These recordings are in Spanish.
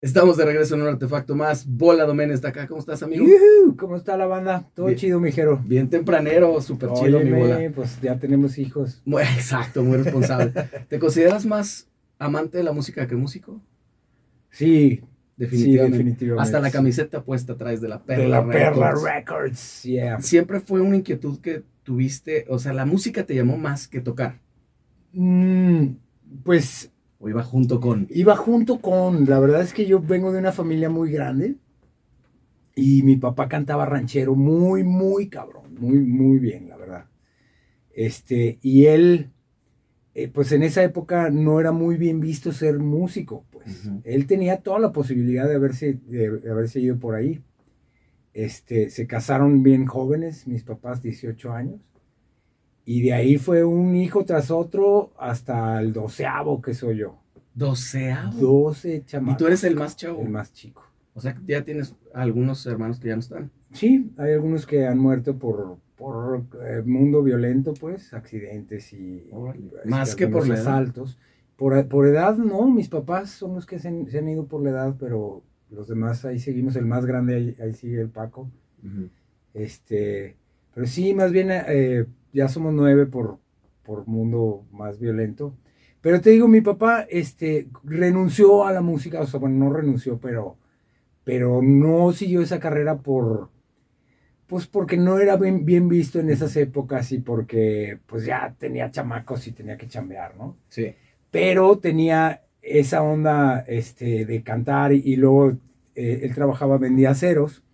Estamos de regreso en un artefacto más. Bola Doménez está acá. ¿Cómo estás, amigo? ¡Yujú! ¿Cómo está la banda? Todo Bien, chido, mijero. bien tempranero, súper chido, mi bola. Óyeme, pues ya tenemos hijos. Exacto, muy responsable. ¿Te consideras más amante de la música que músico? Sí, Definitivamente. definitivamente. Hasta la camiseta puesta traes de la De Perla la Perla Records. Records, yeah. Siempre fue una inquietud que tuviste, o sea, la música te llamó más que tocar. Pues O iba junto con. la verdad es que yo vengo de una familia muy grande y mi papá cantaba ranchero muy, muy cabrón, muy, muy bien, la verdad. Y él, pues en esa época no era muy bien visto ser músico, pues. Ujú. Él tenía toda la posibilidad de haberse ido por ahí. Se casaron bien jóvenes, mis papás 18 años, y de ahí fue un hijo tras otro hasta el 12avo que soy yo. 12avo. 12 chamacos. Y tú eres el más chavo. El más chico. O sea, ya tienes algunos hermanos que ya no están. Sí, hay algunos que han muerto por mundo violento, pues, accidentes y Más que por la edad. asaltos. Por edad, no, mis papás son los que se han ido por la edad, pero los demás ahí seguimos, el más grande, ahí sigue el Paco. Ujú. Pero sí, más bien ya somos 9 por mundo más violento. Pero te digo, mi papá renunció a la música, o sea, bueno, no renunció, pero no siguió esa carrera pues porque no era bien visto en esas épocas y porque pues ya tenía chamacos y tenía que chambear, ¿no? Sí. Pero tenía esa onda de cantar y luego él trabajaba, vendía aceros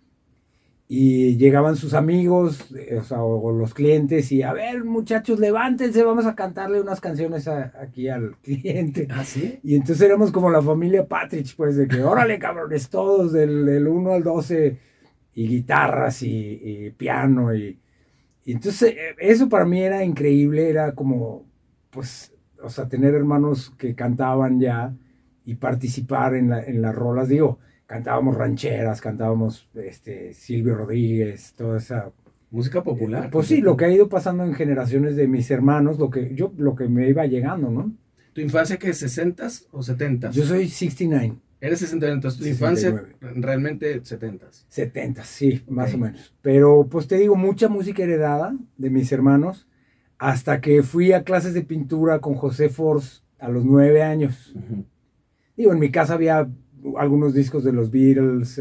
y llegaban sus amigos, o sea, o los clientes y a ver muchachos, levántense, vamos a cantarle unas canciones aquí al cliente. ¿Ah, sí? Y entonces éramos como la familia Patrick, pues de que órale cabrones, todos del 1 al 12 y guitarras y piano y entonces eso para mí era increíble, era como pues, o sea, tener hermanos que cantaban ya y participar en las rolas, digo, cantábamos rancheras, cantábamos Silvio Rodríguez, toda esa Música popular. pues sí, lo que ha ido pasando en generaciones de mis hermanos, lo que me iba llegando, ¿no? ¿Tu infancia qué es, 60s o 70s? Yo soy 69. Eres 69, entonces tu 69. infancia realmente 70s. 70, sí, más Ok. o menos. Pero pues te digo, mucha música heredada de mis hermanos, hasta que fui a clases de pintura con José Force a los 9 años. Ujú. Digo, en mi casa había algunos discos de los Beatles,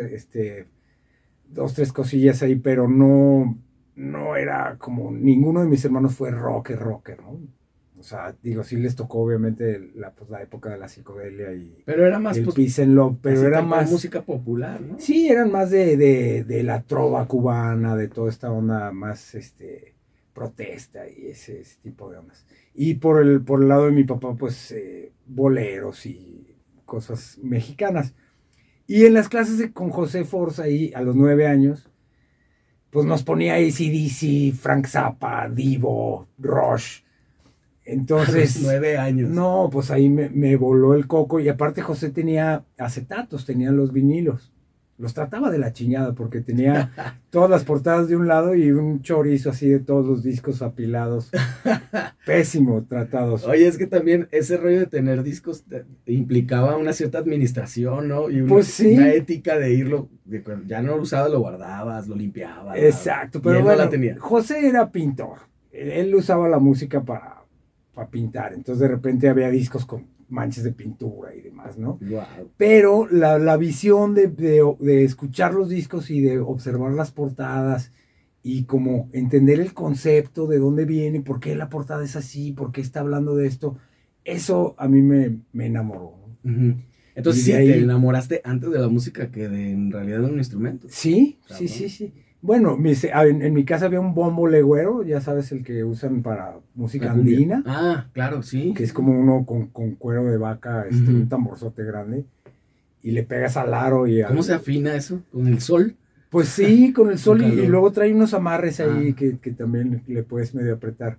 2, 3 cosillas ahí, pero no era como, ninguno de mis hermanos fue rocker, ¿no? O sea, digo, sí les tocó obviamente la época de la psicodelia y Pero era más el pues, peace and love, pero así era tal cual más música popular, ¿no? sí, eran más de la trova cubana, de toda esta onda más protesta y ese tipo de ondas. Y por el lado de mi papá, pues boleros y cosas mexicanas. Y en las clases con José Forza ahí a los 9 años, pues nos ponía AC/DC, Frank Zappa, Divo, Rush. Entonces, A los 9 años. no, pues ahí me voló el coco. Y aparte José tenía acetatos, tenía los vinilos. Los trataba de la chingada porque tenía todas las portadas de un lado y un chorizo así de todos los discos apilados. Pésimo tratados. Oye, es que también ese rollo de tener discos implicaba una cierta administración, ¿no? Y Pues sí. una ética de irlo, ya no lo usabas, lo guardabas, lo limpiabas. Exacto, pero y él bueno, no la tenía. José era pintor. Él usaba la música para pintar. Entonces de repente había discos con manchas de pintura y demás, ¿no? Wow. Pero la visión de escuchar los discos y de observar las portadas y como entender el concepto, de dónde viene, por qué la portada es así, por qué está hablando de esto, eso a mí me enamoró. Uh-huh. Entonces Y sí, de ahí, te enamoraste antes de la música que en realidad de un instrumento. Sí, Cabrón. sí. Bueno, en mi casa había un bombo legüero, ya sabes, el que usan para música andina. Ah, claro, sí. Que es como uno con cuero de vaca, Uh-huh. un tamborzote grande, y le pegas al aro y ¿Cómo se afina eso? ¿Con el sol? Pues sí, con el sol y luego trae unos amarres ahí Ah. que también le puedes medio apretar.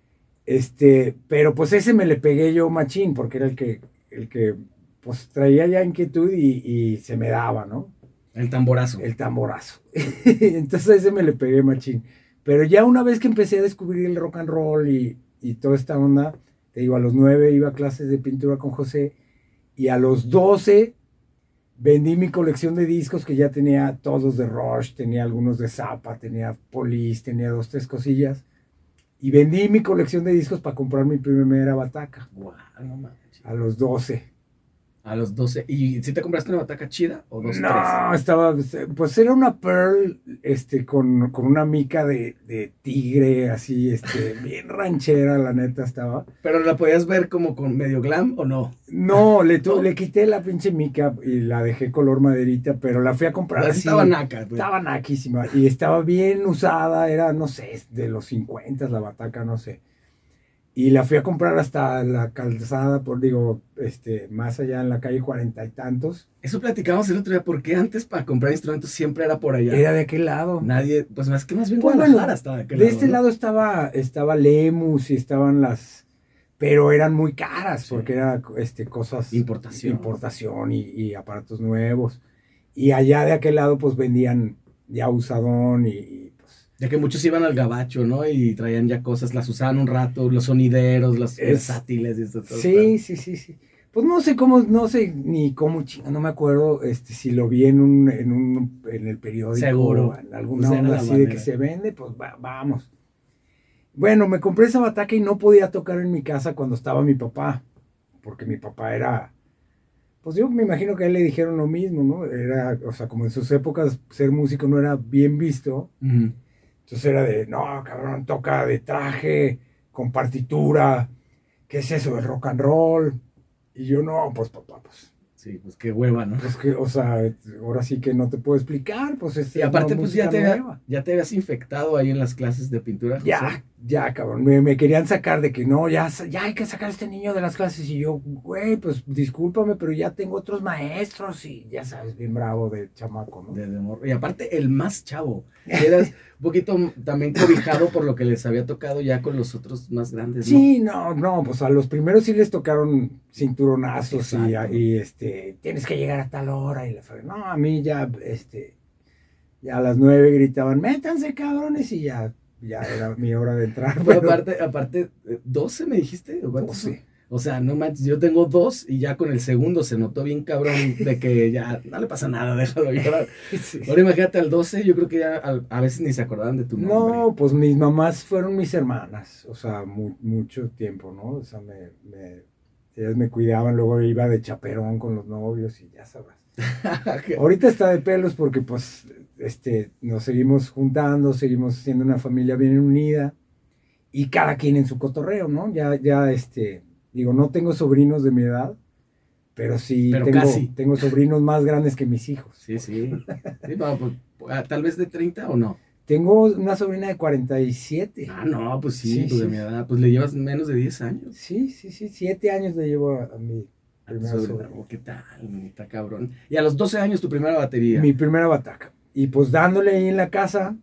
Pero pues ese me le pegué yo machín, porque era el que pues traía ya inquietud y se me daba, ¿no? El tamborazo. El tamborazo. Entonces ese me le pegué machín. Pero ya una vez que empecé a descubrir el rock and roll y toda esta onda, te digo, a los 9 iba a clases de pintura con José y a los 12 vendí mi colección de discos que ya tenía todos de Rush, tenía algunos de Zappa, tenía Police, tenía 2, 3 cosillas. Y vendí mi colección de discos para comprar mi primera bataca. Wow, no manches. A los 12. A los 12. ¿Y si te compraste una bataca chida o dos, No, tres? estaba, pues era una Pearl, con una mica de tigre, así, bien ranchera, la neta estaba. ¿Pero la podías ver como con medio glam o no? No, ¿No? le quité la pinche mica y la dejé color maderita, pero la fui a comprar así. Estaba naca, güey. Estaba naquísima y estaba bien usada, era, no sé, de los 50 la bataca, no sé. Y la fui a comprar hasta la calzada, más allá en la calle 40 y tantos. Eso platicamos el otro día, porque antes para comprar instrumentos siempre era por allá. Era de aquel lado. Nadie, pues más que más bien Pues, Guadalajara bueno, estaba de aquel de lado. este ¿no? lado estaba Lemus y estaban pero eran muy caras, Sí. porque era cosas Importación. y aparatos nuevos. Y allá de aquel lado pues vendían ya usadón pues. Ya que muchos iban al gabacho, ¿no? Y traían ya cosas, las usaban un rato, los sonideros, los versátiles y esto todo. Sí. Pues no sé ni cómo no me acuerdo si lo vi en el periódico. Seguro. En alguna Pues onda así de que se vende, pues vamos. Bueno, me compré esa bataca y no podía tocar en mi casa cuando estaba mi papá, porque mi papá era, pues yo me imagino que a él le dijeron lo mismo, ¿no? Era, o sea, como en sus épocas ser músico no era bien visto, entonces era de, no, cabrón, toca de traje, con partitura, ¿qué es eso del rock and roll? Y yo, no, pues papá, pues. Sí, pues qué hueva, ¿no? Pues que, o sea, ahora sí que no te puedo explicar, pues y aparte, pues ya nueva. Ya te habías infectado ahí en las clases de pintura, José. Ya, cabrón, me querían sacar de que no, ya hay que sacar a este niño de las clases. Y yo, güey, pues discúlpame, pero ya tengo otros maestros y ya sabes, bien bravo de chamaco, ¿no? De morro. Y aparte, el más chavo. Eras un poquito también cobijado por lo que les había tocado ya con los otros más grandes, ¿no? Sí, no, pues a los primeros sí les tocaron cinturonazos y tienes que llegar a tal hora. Y no, a mí ya, ya a las 9 gritaban, métanse, cabrones, y ya era mi hora de entrar. Pero aparte, ¿12 me dijiste? ¿O cuántos? 12. O sea, no manches, yo tengo 2 y ya con el segundo se notó bien cabrón de que ya no le pasa nada, déjalo llorar. Sí. Ahora imagínate al 12, yo creo que ya a veces ni se acordaban de tu nombre. No, pues mis mamás fueron mis hermanas, o sea, mucho tiempo, ¿no? O sea, ellas me cuidaban, luego iba de chaperón con los novios y ya sabrás. Ahorita está de pelos porque pues nos seguimos juntando, seguimos siendo una familia bien unida y cada quien en su cotorreo, ¿no? Ya digo, no tengo sobrinos de mi edad, pero sí tengo sobrinos más grandes que mis hijos. Sí, pues, tal vez de 30 o no. Tengo una sobrina de 47. Ah, no, pues sí, pues de mi edad, pues le llevas menos de 10 años. Sí, 7 años le llevo a mi primera sobrina. Oh, ¿qué tal? Está cabrón. Y a los 12 años tu primera batería. Mi primera bataca. Y pues dándole ahí en la casa,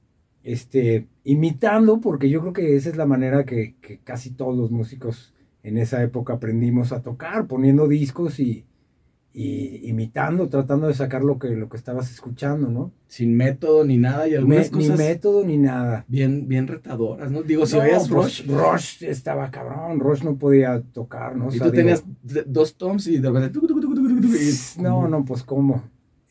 imitando, porque yo creo que esa es la manera que casi todos los músicos en esa época aprendimos a tocar, poniendo discos y imitando, tratando de sacar lo que estabas escuchando, ¿no? Sin método ni nada y algunas cosas. Ni método ni nada. Bien retadoras, ¿no? Digo, si veías pues, Rush estaba cabrón, Rush no podía tocar, ¿no? O y sea, tú tenías 2 toms y de repente... No, pues ¿cómo?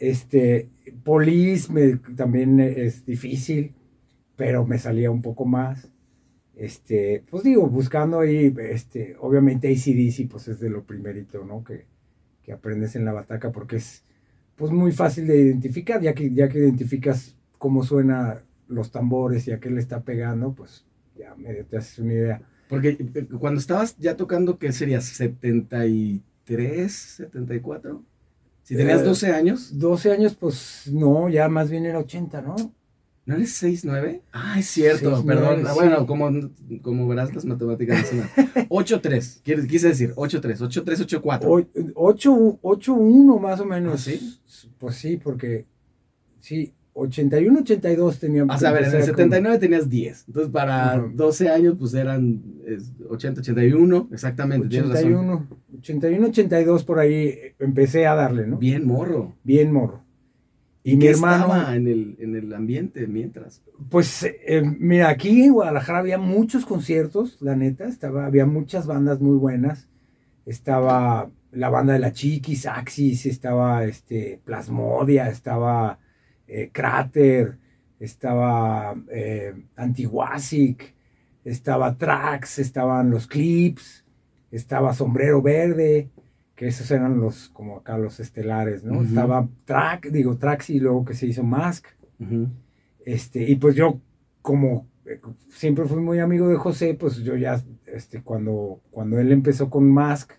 Police también es difícil, pero me salía un poco más. Pues digo, buscando ahí, obviamente AC/DC, pues es de lo primerito, ¿no? Que aprendes en la bataca, porque es pues muy fácil de identificar, ya que identificas cómo suena los tambores y a qué le está pegando, pues ya medio te haces una idea. Porque cuando estabas ya tocando, ¿qué sería? ¿73, 74? Si tenías 12 años. 12 años, pues no, ya más bien era 80, ¿no? ¿No eres 6'9"? Ah, es cierto, 6'9", perdón. Sí. Bueno, como verás las matemáticas. 8'3", quise decir, 8'3", 8'3", 8'4". 8'1" más o menos. ¿Ah, sí? Pues sí, porque sí, 81, 82 teníamos. A ver, en el 79 tenías 10. Entonces, para 12 años, pues eran 80, 81, exactamente. 81, 82 por ahí empecé a darle, ¿no? Bien morro. Y mi hermano estaba en el ambiente mientras? Pues mira, aquí en Guadalajara había muchos conciertos, la neta, había muchas bandas muy buenas. Estaba la banda de la Chiquis, Axis, estaba Plasmodia, estaba Cráter, estaba Antiwasic, estaba Trax, estaban los Clips, estaba Sombrero Verde, que esos eran como acá los estelares, ¿no? Estaba Trax y luego que se hizo Mask. Y pues yo, como siempre fui muy amigo de José, pues yo ya, cuando él empezó con Mask,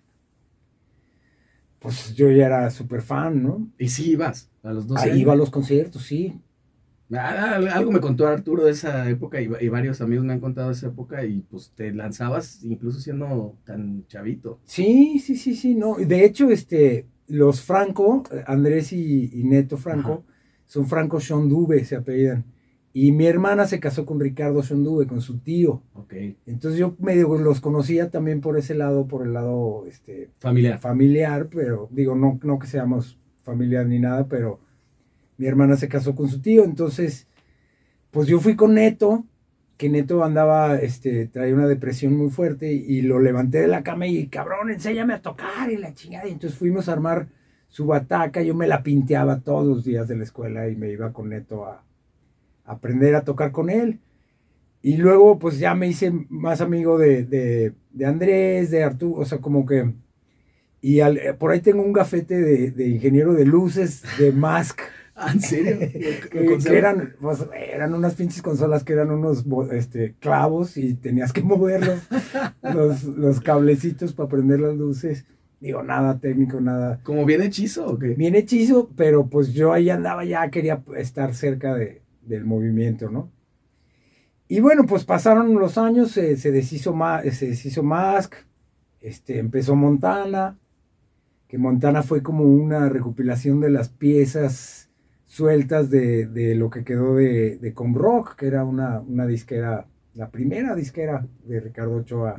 pues yo ya era súper fan, ¿no? ¿Y sí ibas a los 12 años? Ahí iba a los conciertos, sí. Algo me contó Arturo de esa época y varios amigos me han contado de esa época y pues te lanzabas incluso siendo tan chavito. Sí, no. De hecho, los Franco, Andrés y Neto Franco, son Franco Shondube, se apellidan. Y mi hermana se casó con Ricardo Shondube, con su tío. Okay. Entonces yo medio los conocía también por ese lado, por el lado familiar, pero digo, no que seamos familiar ni nada, pero mi hermana se casó con su tío. Entonces, pues yo fui con Neto, que Neto andaba, traía una depresión muy fuerte, y lo levanté de la cama y, cabrón, enséñame a tocar y la chingada. Y entonces fuimos a armar su bataca, yo me la pinteaba todos los días de la escuela y me iba con Neto a aprender a tocar con él. Y luego pues ya me hice más amigo de Andrés, de Arturo, o sea, como que... Y por ahí tengo un gafete de ingeniero de luces de Mask. ¿En serio? que eran unas pinches consolas que eran unos clavos y tenías que mover los cablecitos para prender las luces. Digo, nada técnico, nada. ¿Como bien hechizo o qué? Bien hechizo, pero pues yo ahí andaba, ya quería estar cerca del movimiento, ¿no? Y bueno, pues pasaron los años, se deshizo Mask, empezó Montana, que Montana fue como una recopilación de las piezas sueltas de lo que quedó de Comrock, que era una disquera, la primera disquera de Ricardo Ochoa,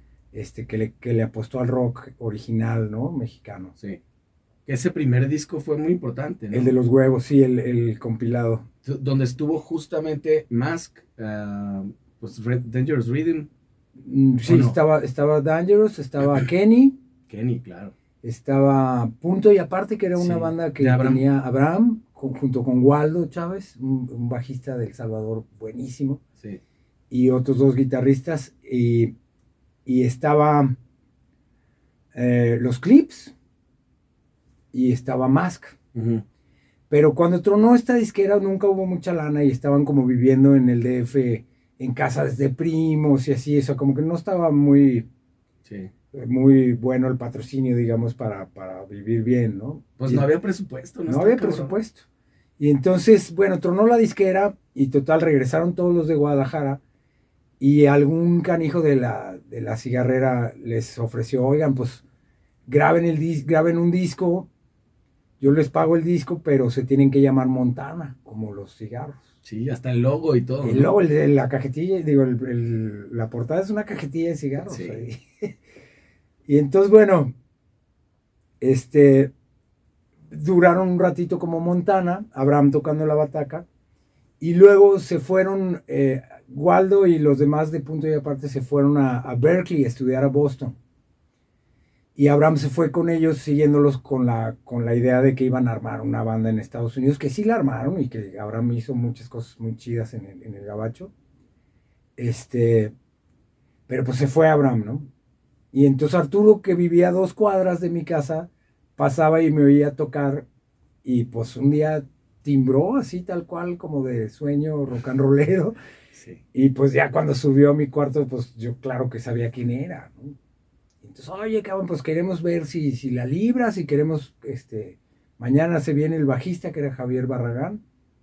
que le apostó al rock original, ¿no? Mexicano. Sí. Ese primer disco fue muy importante, ¿no? El de los huevos, sí, el compilado. Donde estuvo justamente Mask, pues Dangerous Rhythm. Sí, no? estaba Dangerous, estaba Kenny. Kenny, claro. Estaba Punto y Aparte, que era una banda que tenía Abraham, junto con Waldo Chávez, un bajista de El Salvador buenísimo. Sí. Y otros dos guitarristas. Y estaba los Clips y estaba Mask. Pero cuando tronó esta disquera nunca hubo mucha lana y estaban como viviendo en el DF en casas de primos y así, eso como que no estaba muy bueno el patrocinio, digamos, para vivir bien, ¿no? Pues no había presupuesto. No había presupuesto. Y entonces, bueno, tronó la disquera y total regresaron todos los de Guadalajara y algún canijo de la cigarrera les ofreció, oigan, pues graben un disco, yo les pago el disco, pero se tienen que llamar Montana, como los cigarros. Sí, hasta el logo y todo. El logo, la cajetilla, digo, la portada es una cajetilla de cigarros. Sí. Ahí. Y entonces, bueno, duraron un ratito como Montana, Abraham tocando la bataca, y luego se fueron, Waldo y los demás de Punto y Aparte se fueron a Berkeley a estudiar a Boston. Y Abraham se fue con ellos siguiéndolos con la idea de que iban a armar una banda en Estados Unidos, que sí la armaron y que Abraham hizo muchas cosas muy chidas en el gabacho. Pero pues se fue Abraham, ¿no? Y entonces Arturo, que vivía a 2 cuadras de mi casa, pasaba y me oía tocar y pues un día timbró así tal cual como de sueño rock and rollero. Sí. Y pues ya cuando subió a mi cuarto, pues yo claro que sabía quién era, ¿no? Entonces, oye, cabrón, pues queremos ver si la libras, si queremos, mañana se viene el bajista, que era Javier Barragán,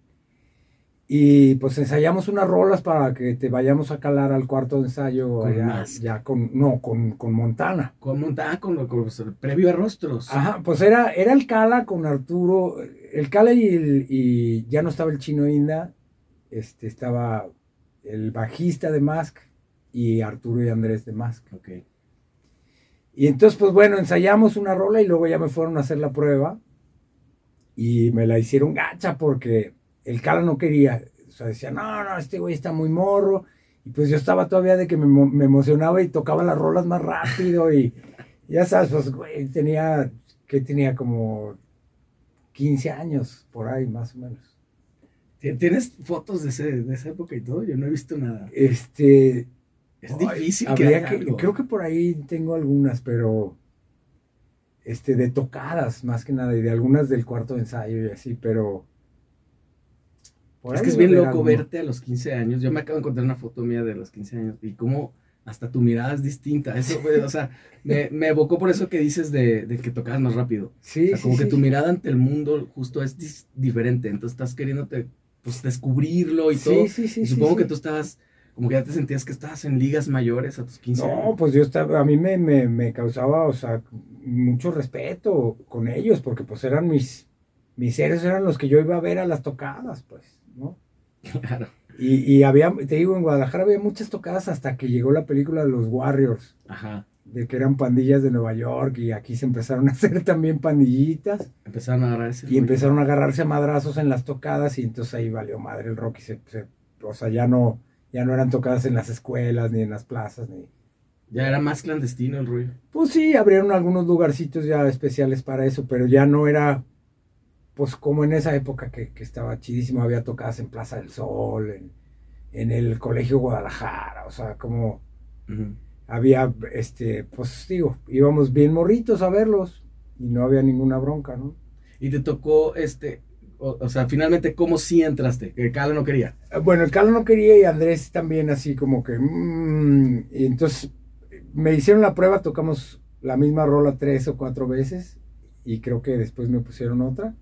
y pues ensayamos unas rolas para que te vayamos a calar al cuarto de ensayo, con allá, ya con Montana. Con Montana, con previo a Rostros. Ajá, pues era el Cala con Arturo, el Cala y ya no estaba el Chino Inda, estaba el bajista de Mask y Arturo y Andrés de Mask. Okay. Y entonces, pues bueno, ensayamos una rola y luego ya me fueron a hacer la prueba y me la hicieron gacha porque el Cala no quería. O sea, decía, no, este güey está muy morro. Y pues yo estaba todavía de que me emocionaba y tocaba las rolas más rápido y Ya sabes, pues, güey, tenía como 15 años, por ahí, más o menos. ¿Tienes fotos de esa época y todo? Yo no he visto nada. Este, Es difícil que habría haya que, algo. creo que por ahí tengo algunas, pero, de tocadas, más que nada, y de algunas del cuarto de ensayo y así, pero por Es ahí que es debe bien haber loco alguno. verte a los 15 años. Yo me acabo de encontrar una foto mía de los 15 años y cómo hasta tu mirada es distinta. Eso, güey, o sea, me evocó por eso que dices de que tocabas más rápido. O Sí, sea, sí, como que tu sí. mirada ante el mundo justo es diferente. Entonces estás queriéndote, pues, descubrirlo y Sí, todo. sí, sí, Y sí, supongo que sí. tú estabas, como que ya te sentías que estabas en ligas mayores a tus 15 No, años. pues yo estaba, a mí me causaba, o sea, mucho respeto con ellos, porque pues eran mis héroes, eran los que yo iba a ver a las tocadas, pues, ¿no? Claro. Y había, te digo, en Guadalajara había muchas tocadas hasta que llegó la película de los Warriors, Ajá. de que eran pandillas de Nueva York, y aquí se empezaron a hacer también pandillitas, Empezaron a agarrar ese y rollo. empezaron a agarrarse a madrazos en las tocadas, y entonces ahí valió madre el rock, y o sea, ya no eran tocadas en las escuelas, ni en las plazas, ni... Ya era más clandestino el rollo. Pues sí, abrieron algunos lugarcitos ya especiales para eso, pero ya no era, pues como en esa época que estaba chidísimo, había tocadas en Plaza del Sol, en el Colegio Guadalajara, o sea, como Ujú. había, pues digo, íbamos bien morritos a verlos y no había ninguna bronca, ¿no? Y te tocó, o sea, finalmente, ¿cómo sí entraste? Que Cala no quería. Bueno, el Carlos no quería y Andrés también así como que... y entonces me hicieron la prueba, tocamos la misma rola 3 o 4 veces y creo que después me pusieron otra.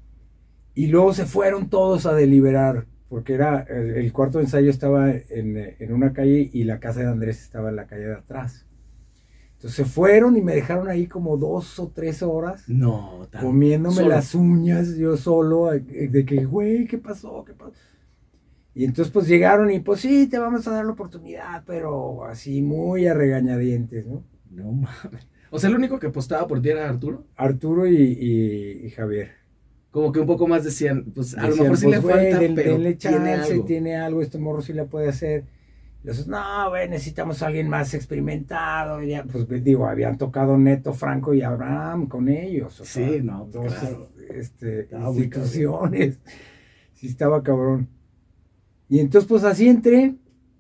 Y luego se fueron todos a deliberar, porque era el cuarto de ensayo estaba en una calle y la casa de Andrés estaba en la calle de atrás. Entonces se fueron y me dejaron ahí como 2 o 3 horas No, comiéndome solo. las uñas yo solo, de que, güey, ¿qué pasó? ¿Qué pasó? Y entonces pues llegaron y pues sí, te vamos a dar la oportunidad, pero así muy a regañadientes, ¿no? No mames. O sea, el único que apostaba por ti era Arturo. Arturo y Javier. Como que un poco más decían, pues a lo Decían, mejor sí pues le güey, falta, pero denle tiene chance, algo. tiene algo, este morro sí la puede hacer. Los, no, güey, necesitamos a alguien más experimentado. Ya, pues digo, habían tocado Neto, Franco y Abraham con ellos. O Sí, sea, no, dos claro. Estaba muy cabrón. instituciones. Sí, estaba cabrón. Y entonces, pues así entré.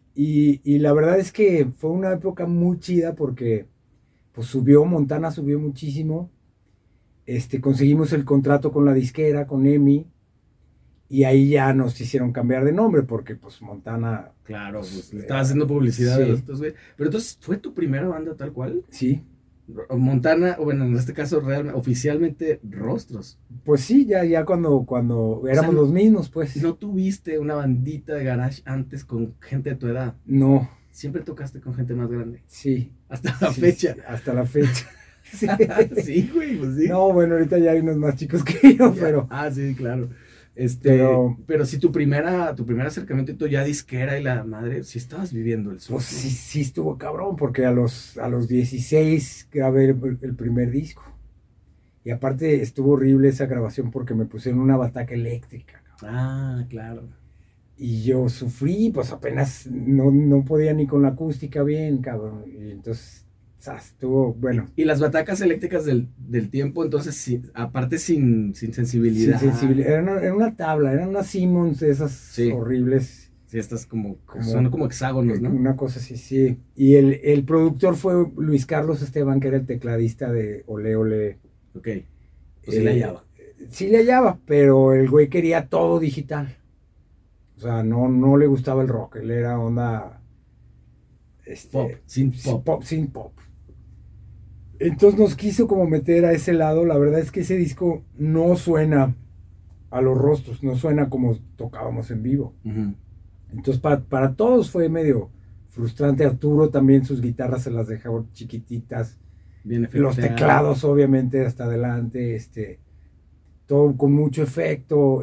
Y la verdad es que fue una época muy chida porque pues Montana subió muchísimo. Conseguimos el contrato con la disquera, con EMI. Y ahí ya nos hicieron cambiar de nombre porque pues Montana... Claro, pues le estaba era, haciendo publicidad de los sí, otros, güey. Pero entonces, ¿fue tu primera banda tal cual? sí. Montana, o bueno, en este caso, oficialmente Rostros. Pues sí, ya cuando O sea, éramos los mismos, pues. no tuviste una bandita de garage antes con gente de tu edad. No, Siempre tocaste con gente más grande. sí. Hasta la Sí, fecha. sí, hasta la fecha. Sí. Sí, güey, pues sí. No, bueno, ahorita ya hay unos más chicos que yo, Ya. pero... Ah, sí, claro. Pero, Pero sí, tu primer acercamiento y tú ya disquera y la madre, sí estabas viviendo el pues sueño. sí estuvo cabrón, porque a los 16 grabé el primer disco. Y aparte estuvo horrible esa grabación porque me pusieron una bataca eléctrica, cabrón. Ah, claro. Y yo sufrí, pues apenas no podía ni con la acústica bien, cabrón. Y entonces, estuvo, bueno, Y las batacas eléctricas del tiempo, entonces, sí, aparte sin sin sensibilidad. sensibilidad. Era una tabla, eran unas Simmons de esas Sí. horribles. Sí, estas son como hexágonos, ¿no? Una cosa así, sí. Y el productor fue Luis Carlos Esteban, que era el tecladista de Ole Ole. Ok. Pues sí la hallaba. Sí le hallaba, pero el güey quería todo digital. O sea, no le gustaba el rock, él era onda... Pop, synth-pop. Sin pop. Entonces nos quiso como meter a ese lado. La verdad es que ese disco no suena a los Rostros, no suena como tocábamos en vivo. Uh-huh. Entonces para todos fue medio frustrante. Arturo también sus guitarras se las dejaba chiquititas. Bien Los efecteado. teclados obviamente hasta adelante, todo con mucho efecto,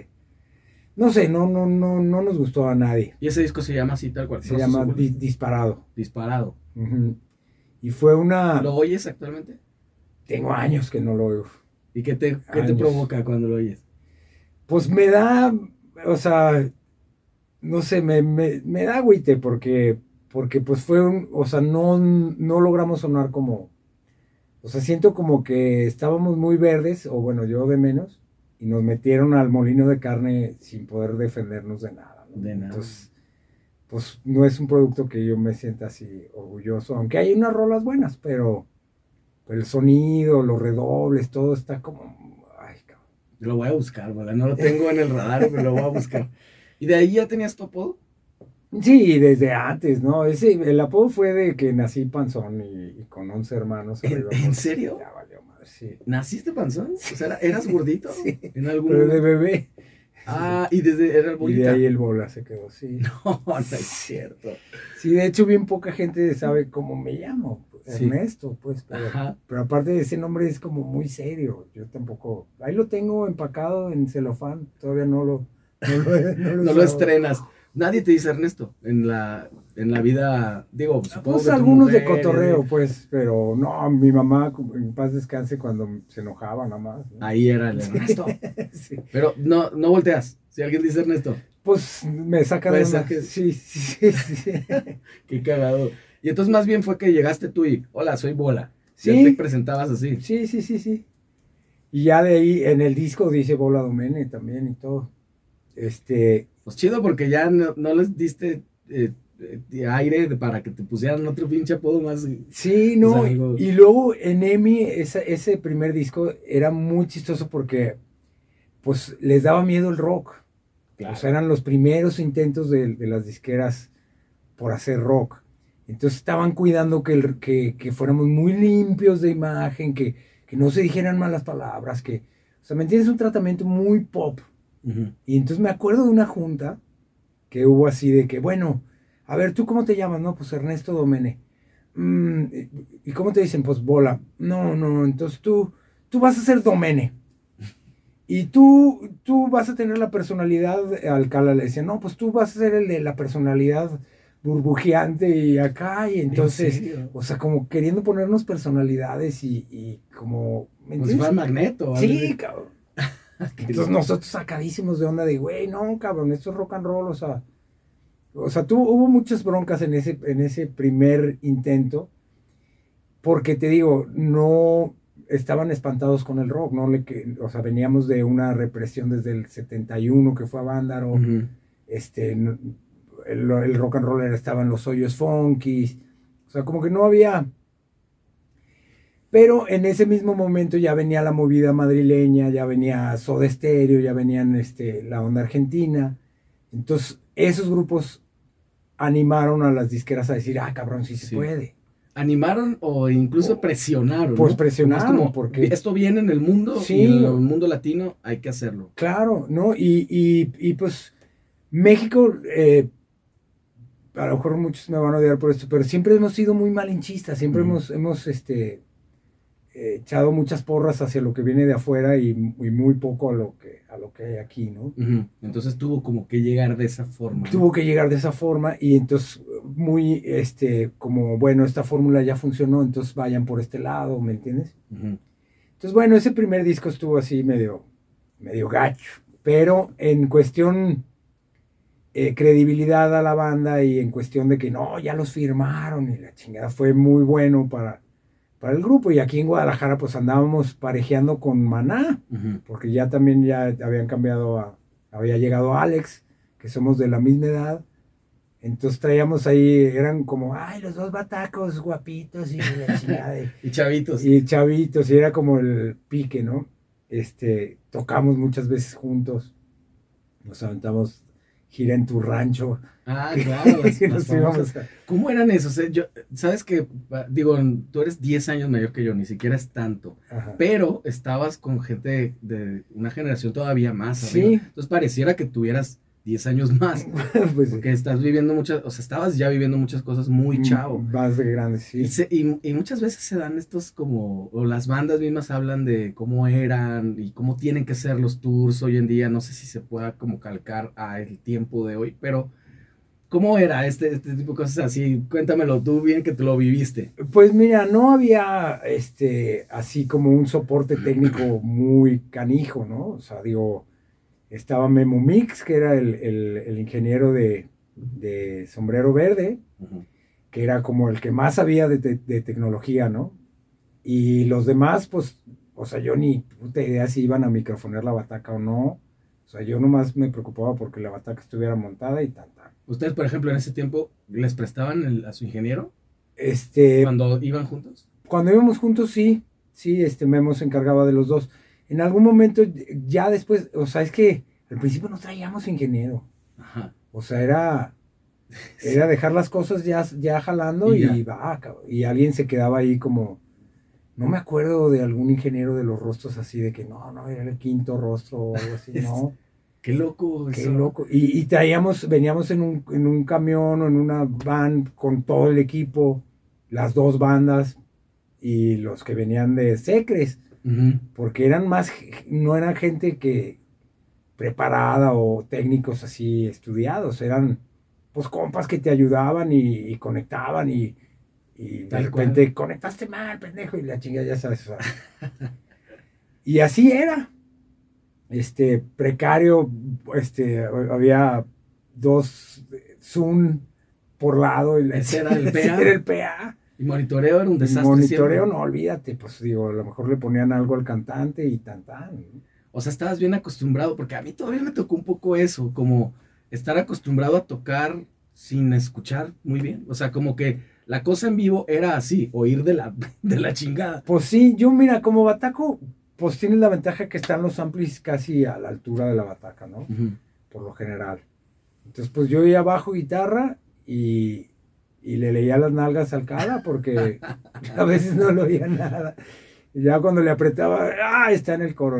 no sé, no nos gustó a nadie. Y ese disco se llama así tal cual. Se llama Disparado. Disparado. Uh-huh. Y fue una... ¿Lo oyes actualmente? Tengo años que no lo oigo. ¿Y qué te Años. provoca cuando lo oyes? Pues me da, o sea, no sé, me da agüite porque pues fue o sea, no logramos sonar como O sea, siento como que estábamos muy verdes, o bueno, yo de menos, y nos metieron al molino de carne sin poder defendernos de nada, ¿no? De nada. Entonces, pues no es un producto que yo me sienta así orgulloso, aunque hay unas rolas buenas, pero el sonido, los redobles, todo está como... Ay, cabrón. Lo voy a buscar, ¿verdad? No lo tengo en el radar, pero lo voy a buscar. ¿Y de ahí ya tenías tu apodo? Sí, desde antes, ¿no? El apodo fue de que nací panzón y con 11 hermanos arriba. ¿En serio? Ya valió madre, sí. ¿Naciste panzón? O sea, ¿eras gordito? Sí, ¿En algún... pero de bebé. Ah, y desde era el Y bolita. de ahí el bola se quedó, sí. No es cierto. Sí, de hecho bien poca gente sabe cómo me llamo. Sí. Ernesto, pues. Pero aparte ese nombre es como muy serio. Yo tampoco... Ahí lo tengo empacado en celofán. Todavía no lo No lo estrenas. Nadie te dice Ernesto en la vida, digo, supongo pues que tu algunos mujer, de cotorreo, pues, pero no, mi mamá en paz descanse cuando se enojaba nada más, ¿no? Ahí era el Ernesto. Sí. Pero no volteas. Si alguien dice Ernesto. Pues me saca de una... Sí. Qué cagado. Y entonces más bien fue que llegaste tú y, hola, soy Bola. Sí. Ya te presentabas así. Sí. Y ya de ahí en el disco dice Bola Domene también y todo. Pues chido porque ya no les diste aire para que te pusieran otro pinche apodo más. Sí, no. O sea, algo... Y luego en EMI, ese primer disco era muy chistoso porque pues les daba miedo el rock. Claro. O sea, eran los primeros intentos de las disqueras por hacer rock. Entonces estaban cuidando que fuéramos muy limpios de imagen, que no se dijeran malas palabras, o sea, ¿me entiendes? Un tratamiento muy pop. Uh-huh. Y entonces me acuerdo de una junta que hubo así de que, bueno, a ver, ¿tú cómo te llamas? No, pues Ernesto Domene. ¿Y cómo te dicen? Pues Bola. No, entonces tú vas a ser Domene. Y tú vas a tener la personalidad, Alcala le decía, no, pues tú vas a ser el de la personalidad burbujeante y acá, y entonces, o sea, como queriendo ponernos personalidades y como... ¿me entiendes? Pues fue Magneto. Sí, cabrón. Entonces nosotros sacadísimos de onda de, güey, no, cabrón, esto es rock and roll, o sea, hubo muchas broncas en ese primer intento, porque te digo, no estaban espantados con el rock, ¿no? O sea, veníamos de una represión desde el 71 que fue a Vándaro, uh-huh. El rock and roll estaba en los hoyos funky, o sea, como que no había... Pero en ese mismo momento ya venía la movida madrileña, ya venía Soda Stereo, ya venían la onda argentina. Entonces, esos grupos animaron a las disqueras a decir, cabrón, sí se puede. ¿Animaron o incluso presionaron? Pues ¿no? presionaron, como, porque... Esto viene en el mundo, sí, y en el mundo latino hay que hacerlo. Claro, ¿no? Y pues México... a lo mejor muchos me van a odiar por esto, pero siempre hemos sido muy malinchistas, siempre hemos echado muchas porras hacia lo que viene de afuera y muy poco a lo que hay aquí, ¿no? Uh-huh. Entonces tuvo como que llegar de esa forma. Tuvo que llegar de esa forma y entonces muy, como, bueno, esta fórmula ya funcionó, entonces vayan por este lado, ¿me entiendes? Uh-huh. Entonces, bueno, ese primer disco estuvo así medio gacho, pero en cuestión... credibilidad a la banda y en cuestión de que no, ya los firmaron y la chingada fue muy bueno para el grupo. Y aquí en Guadalajara pues andábamos parejeando con Maná, uh-huh. Porque ya también habían cambiado había llegado Alex, que somos de la misma edad. Entonces traíamos ahí, eran como, los dos batacos guapitos y la chingada. Y chavitos. Y chavitos, y era como el pique, ¿no? Tocamos muchas veces juntos, nos aventamos gira en tu rancho. Claro. ¿Cómo eran esos? Sabes que, digo, tú eres 10 años mayor que yo, ni siquiera es tanto. Ajá. Pero estabas con gente de una generación todavía más arriba. Sí. Entonces pareciera que tuvieras 10 años más. Pues porque estás viviendo estabas ya viviendo muchas cosas muy chavo. Más de grande, sí. Y muchas veces se dan estos o las bandas mismas hablan de cómo eran y cómo tienen que ser los tours hoy en día. No sé si se pueda como calcar al tiempo de hoy, pero ¿cómo era este tipo de cosas así? Cuéntamelo tú bien que te lo viviste. Pues mira, no había así como un soporte técnico muy canijo, ¿no? O sea, digo... Estaba Memo Mix, que era el ingeniero de Sombrero Verde, uh-huh. Que era como el que más sabía de tecnología, ¿no? Y los demás, pues, o sea, yo ni puta idea si iban a microfonear la bataca o no. O sea, yo nomás me preocupaba porque la bataca estuviera montada y tan. ¿Ustedes, por ejemplo, en ese tiempo les prestaban a su ingeniero? Este, ¿Cuando iban juntos? Cuando íbamos juntos, sí. Sí, Memo se encargaba de los dos. En algún momento, ya después, o sea, es que al principio no traíamos ingeniero. Ajá. O sea, era dejar las cosas ya jalando y va, cabrón. Y alguien se quedaba ahí como, no me acuerdo de algún ingeniero de los rostros así, de que no, era el quinto rostro o algo así, no. Qué loco eso. Qué loco. Y veníamos en un camión o en una van con todo el equipo, las dos bandas y los que venían de Secres, porque no eran gente que preparada o técnicos así estudiados, eran pues compas que te ayudaban y conectaban y de repente conectaste mal, pendejo, y la chingada, ya sabes. O sea. Y así era. Precario, había 2 Zoom por lado. Ese era el PA. Ese era el PA. Y monitoreo era un desastre. Monitoreo, no, olvídate, pues digo, a lo mejor le ponían algo al cantante y tan. O sea, estabas bien acostumbrado, porque a mí todavía me tocó un poco eso, como estar acostumbrado a tocar sin escuchar muy bien. O sea, como que la cosa en vivo era así, oír de la chingada. Pues sí, yo mira, como bataco, pues tienes la ventaja que están los amplis casi a la altura de la bataca, ¿no? Por lo general. Entonces, pues yo iba bajo guitarra y le leía las nalgas al cara porque a veces no lo oía nada. Y ya cuando le apretaba, está en el coro.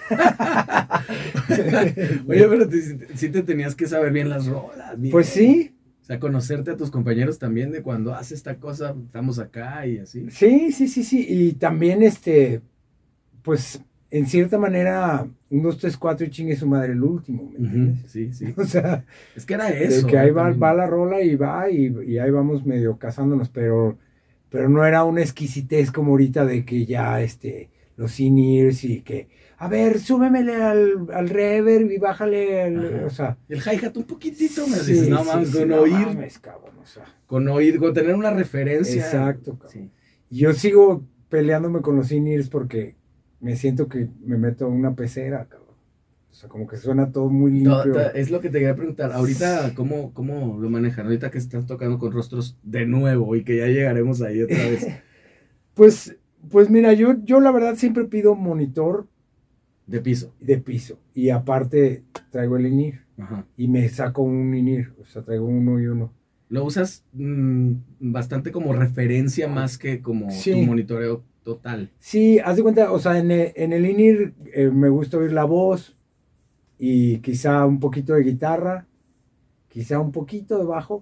Oye, pero sí te tenías que saber bien las rolas. Bien. Pues sí. O sea, conocerte a tus compañeros también de cuando hace esta cosa, estamos acá y así. Sí. Y también, pues, en cierta manera, 1, 2, 3, 4 y chingue su madre el último, ¿me entiendes? Sí. O sea, es que era eso. De que ahí va la rola y ahí vamos medio casándonos, pero no era una exquisitez como ahorita de que ya, los in-ears y que, a ver, súbemele al reverb y bájale, o sea. El hi-hat un poquitito, me dices, no mames, con oír. No mames, cabrón, o sea. Con oír, con tener una referencia. Exacto, cabrón. Sí. Yo sigo peleándome con los in-ears porque me siento que me meto en una pecera, cabrón. O sea, como que suena todo muy limpio. Es lo que te quería preguntar. Ahorita, ¿cómo lo manejan? Ahorita que estás tocando con rostros de nuevo y que ya llegaremos ahí otra vez. Pues mira, yo la verdad siempre pido monitor. De piso. Y aparte traigo el in-ear. Ajá. Y me saco un in-ear. O sea, traigo uno y uno. Lo usas bastante como referencia más que como tu monitoreo total. Sí, haz de cuenta, o sea, en el in-ear me gusta oír la voz y quizá un poquito de guitarra, quizá un poquito de bajo,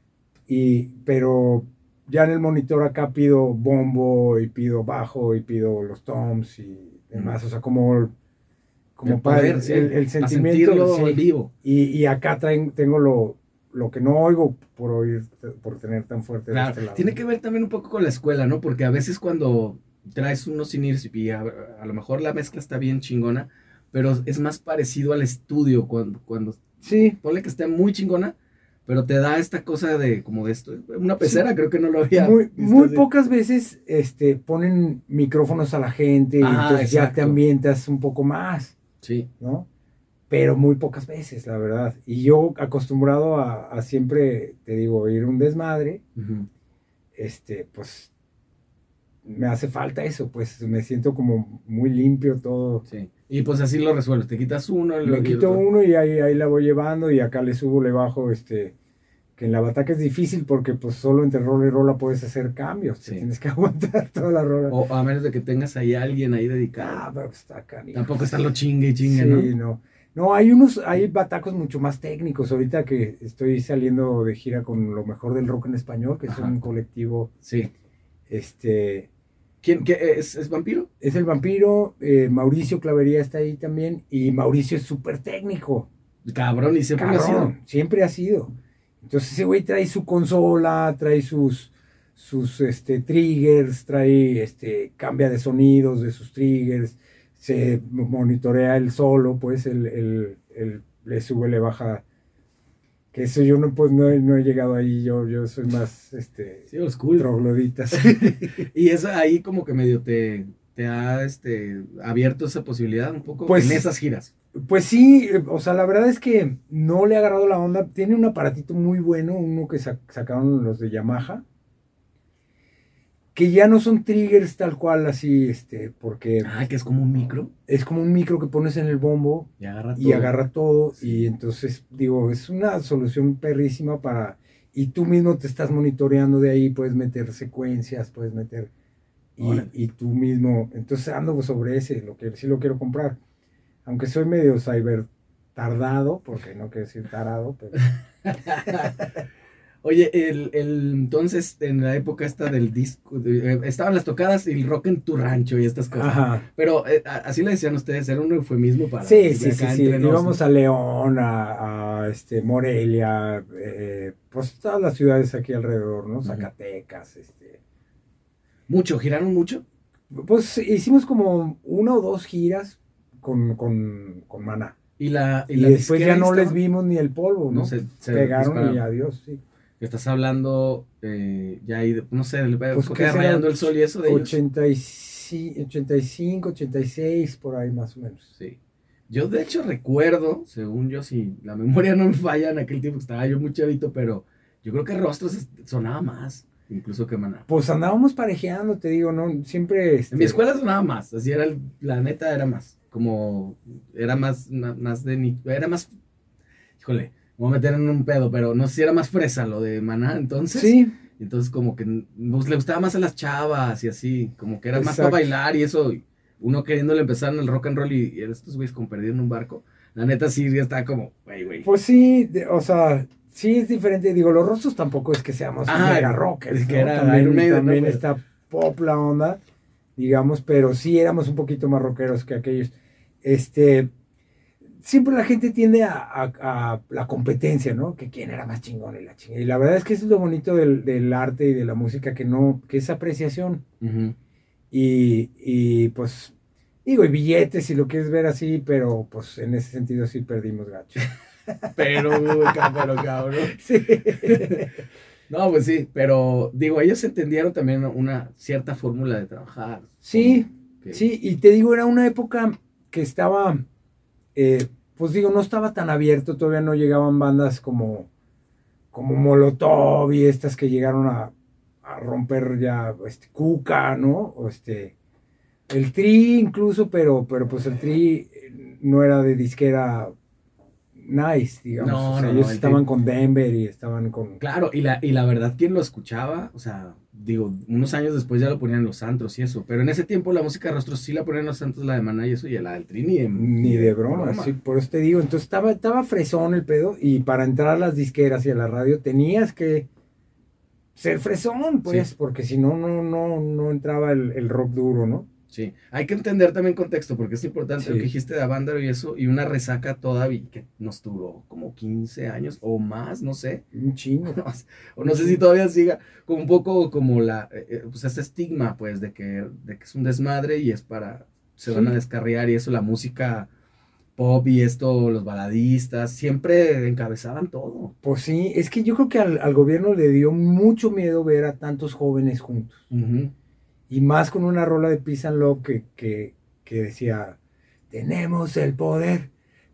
pero ya en el monitor acá pido bombo y pido bajo y pido los toms y demás, o sea, como para el sentimiento en vivo. Y acá tengo lo que no oigo por tener tan fuerte. Claro, de este lado. Tiene que ver también un poco con la escuela, ¿no? Porque a veces cuando traes unos in-ears y a lo mejor la mezcla está bien chingona, pero es más parecido al estudio cuando sí. Ponle que esté muy chingona, pero te da esta cosa de como de esto, una pecera, sí. Creo que no lo había muy pocas veces ponen micrófonos a la gente y entonces ya te ambientas un poco más. Sí. ¿No? Pero muy pocas veces, la verdad. Y yo acostumbrado a siempre, te digo, oír un desmadre, pues me hace falta eso, pues me siento como muy limpio todo. Sí. Y pues así lo resuelves, te quitas uno. Me quito uno y ahí la voy llevando y acá le subo, le bajo, que en la bataca es difícil porque pues solo entre rola y rola puedes hacer cambios, sí. Tienes que aguantar toda la rola. O a menos de que tengas ahí alguien ahí dedicado. Pero pues está acá. Tampoco está lo chingue, sí, ¿no? Sí, no, hay batacos mucho más técnicos. Ahorita que estoy saliendo de gira con lo mejor del rock en español, que es un colectivo. Sí. ¿Quién es Vampiro? Es el Vampiro, Mauricio Clavería está ahí también, y Mauricio es súper técnico. Cabrón, y siempre ha sido. Siempre ha sido. Entonces ese güey trae su consola, trae sus triggers, cambia de sonidos de sus triggers, se monitorea el solo, pues él le sube, le baja. Que eso yo no, pues no he llegado ahí, yo soy más, sí, oscuro. trogloditas. Y eso ahí como que medio te ha, abierto esa posibilidad un poco Pues, en esas giras. Pues sí, o sea, la verdad es que no le ha agarrado la onda. Tiene un aparatito muy bueno, uno que sacaron los de Yamaha, que ya no son triggers tal cual así, porque Que es como un micro. es como un micro que pones en el bombo y agarra todo. Sí. Y entonces, digo, es una solución perrísima para... Y tú mismo te estás monitoreando de ahí, puedes meter secuencias, puedes meter... Y tú mismo... Entonces ando sobre ese, sí lo quiero comprar. Aunque soy medio cyber tardado, porque no quiero decir tarado, pero... Oye, entonces en la época esta del disco, estaban las tocadas y el rock en tu rancho y estas cosas. Ajá. Pero así le decían ustedes, era un eufemismo para... Sí. Íbamos a León, a Morelia, pues todas las ciudades aquí alrededor, ¿no? Zacatecas, ¿Mucho? ¿Giraron mucho? Pues hicimos como 1 o 2 giras con Maná. Y después ya no les vimos ni el polvo, ¿no? Se pegaron dispararon. Y adiós, sí. Estás hablando ya ahí, no sé, pues que rayando el sol y eso de 85, 86, por ahí más o menos. Sí. Yo de hecho recuerdo, según yo, si la memoria no me falla, en aquel tiempo estaba yo muy chavito, pero yo creo que Rostros sonaba más, incluso que Maná. Pues andábamos parejeando, te digo, ¿no? Siempre... En mi escuela sonaba más, así era, la neta era más, como, era más era más, híjole, me voy a meter en un pedo, pero no sé si era más fresa lo de Maná, entonces. Sí. Entonces como que pues, le gustaba más a las chavas y así, como que era más para bailar y eso, uno queriéndole empezar en el rock and roll y estos güeyes como perdido en un barco, la neta sí ya estaba como, güey. Pues sí, o sea, sí es diferente, digo, los Rostros tampoco es que seamos mega rockers, es que ¿no? era también está pop la onda, digamos, pero sí éramos un poquito más rockeros que aquellos. Siempre la gente tiende a la competencia, ¿no? Que quién era más chingón y la chingada. Y la verdad es que eso es lo bonito del arte y de la música, que es apreciación. Y pues, digo, y billetes si lo quieres ver así, pero pues en ese sentido sí perdimos gacho. pero cabrón. Sí. No, pues sí, pero digo, ellos entendieron también una cierta fórmula de trabajar. Sí, sí, y te digo, era una época que estaba... pues digo, no estaba tan abierto, todavía no llegaban bandas como Molotov y estas que llegaron a romper ya, Cuca, ¿no? O el Tri incluso, pero pues el Tri no era de disquera nice, digamos. Ellos estaban con Denver y estaban con... Claro, y la verdad, quien lo escuchaba, o sea, digo, unos años después ya lo ponían en los antros y eso, pero en ese tiempo la música de Rostros sí la ponían en los antros, la de Maná y eso, y la del Tri ni de broma. Sí, por eso te digo, entonces estaba fresón el pedo, y para entrar a las disqueras y a la radio tenías que ser fresón, pues, sí. Porque si no, no entraba el rock duro, ¿no? Sí, hay que entender también contexto, porque es importante lo que dijiste de Avándaro y eso, y una resaca todavía que nos duró como 15 años o más, no sé. Un chingo. O no sé si todavía siga, como un poco como pues este estigma, pues, de que es un desmadre y es para, se van a descarriar y eso, la música pop y esto, los baladistas, siempre encabezaban todo. Pues sí, es que yo creo que al gobierno le dio mucho miedo ver a tantos jóvenes juntos. Y más con una rola de Peace and Love que decía, tenemos el poder.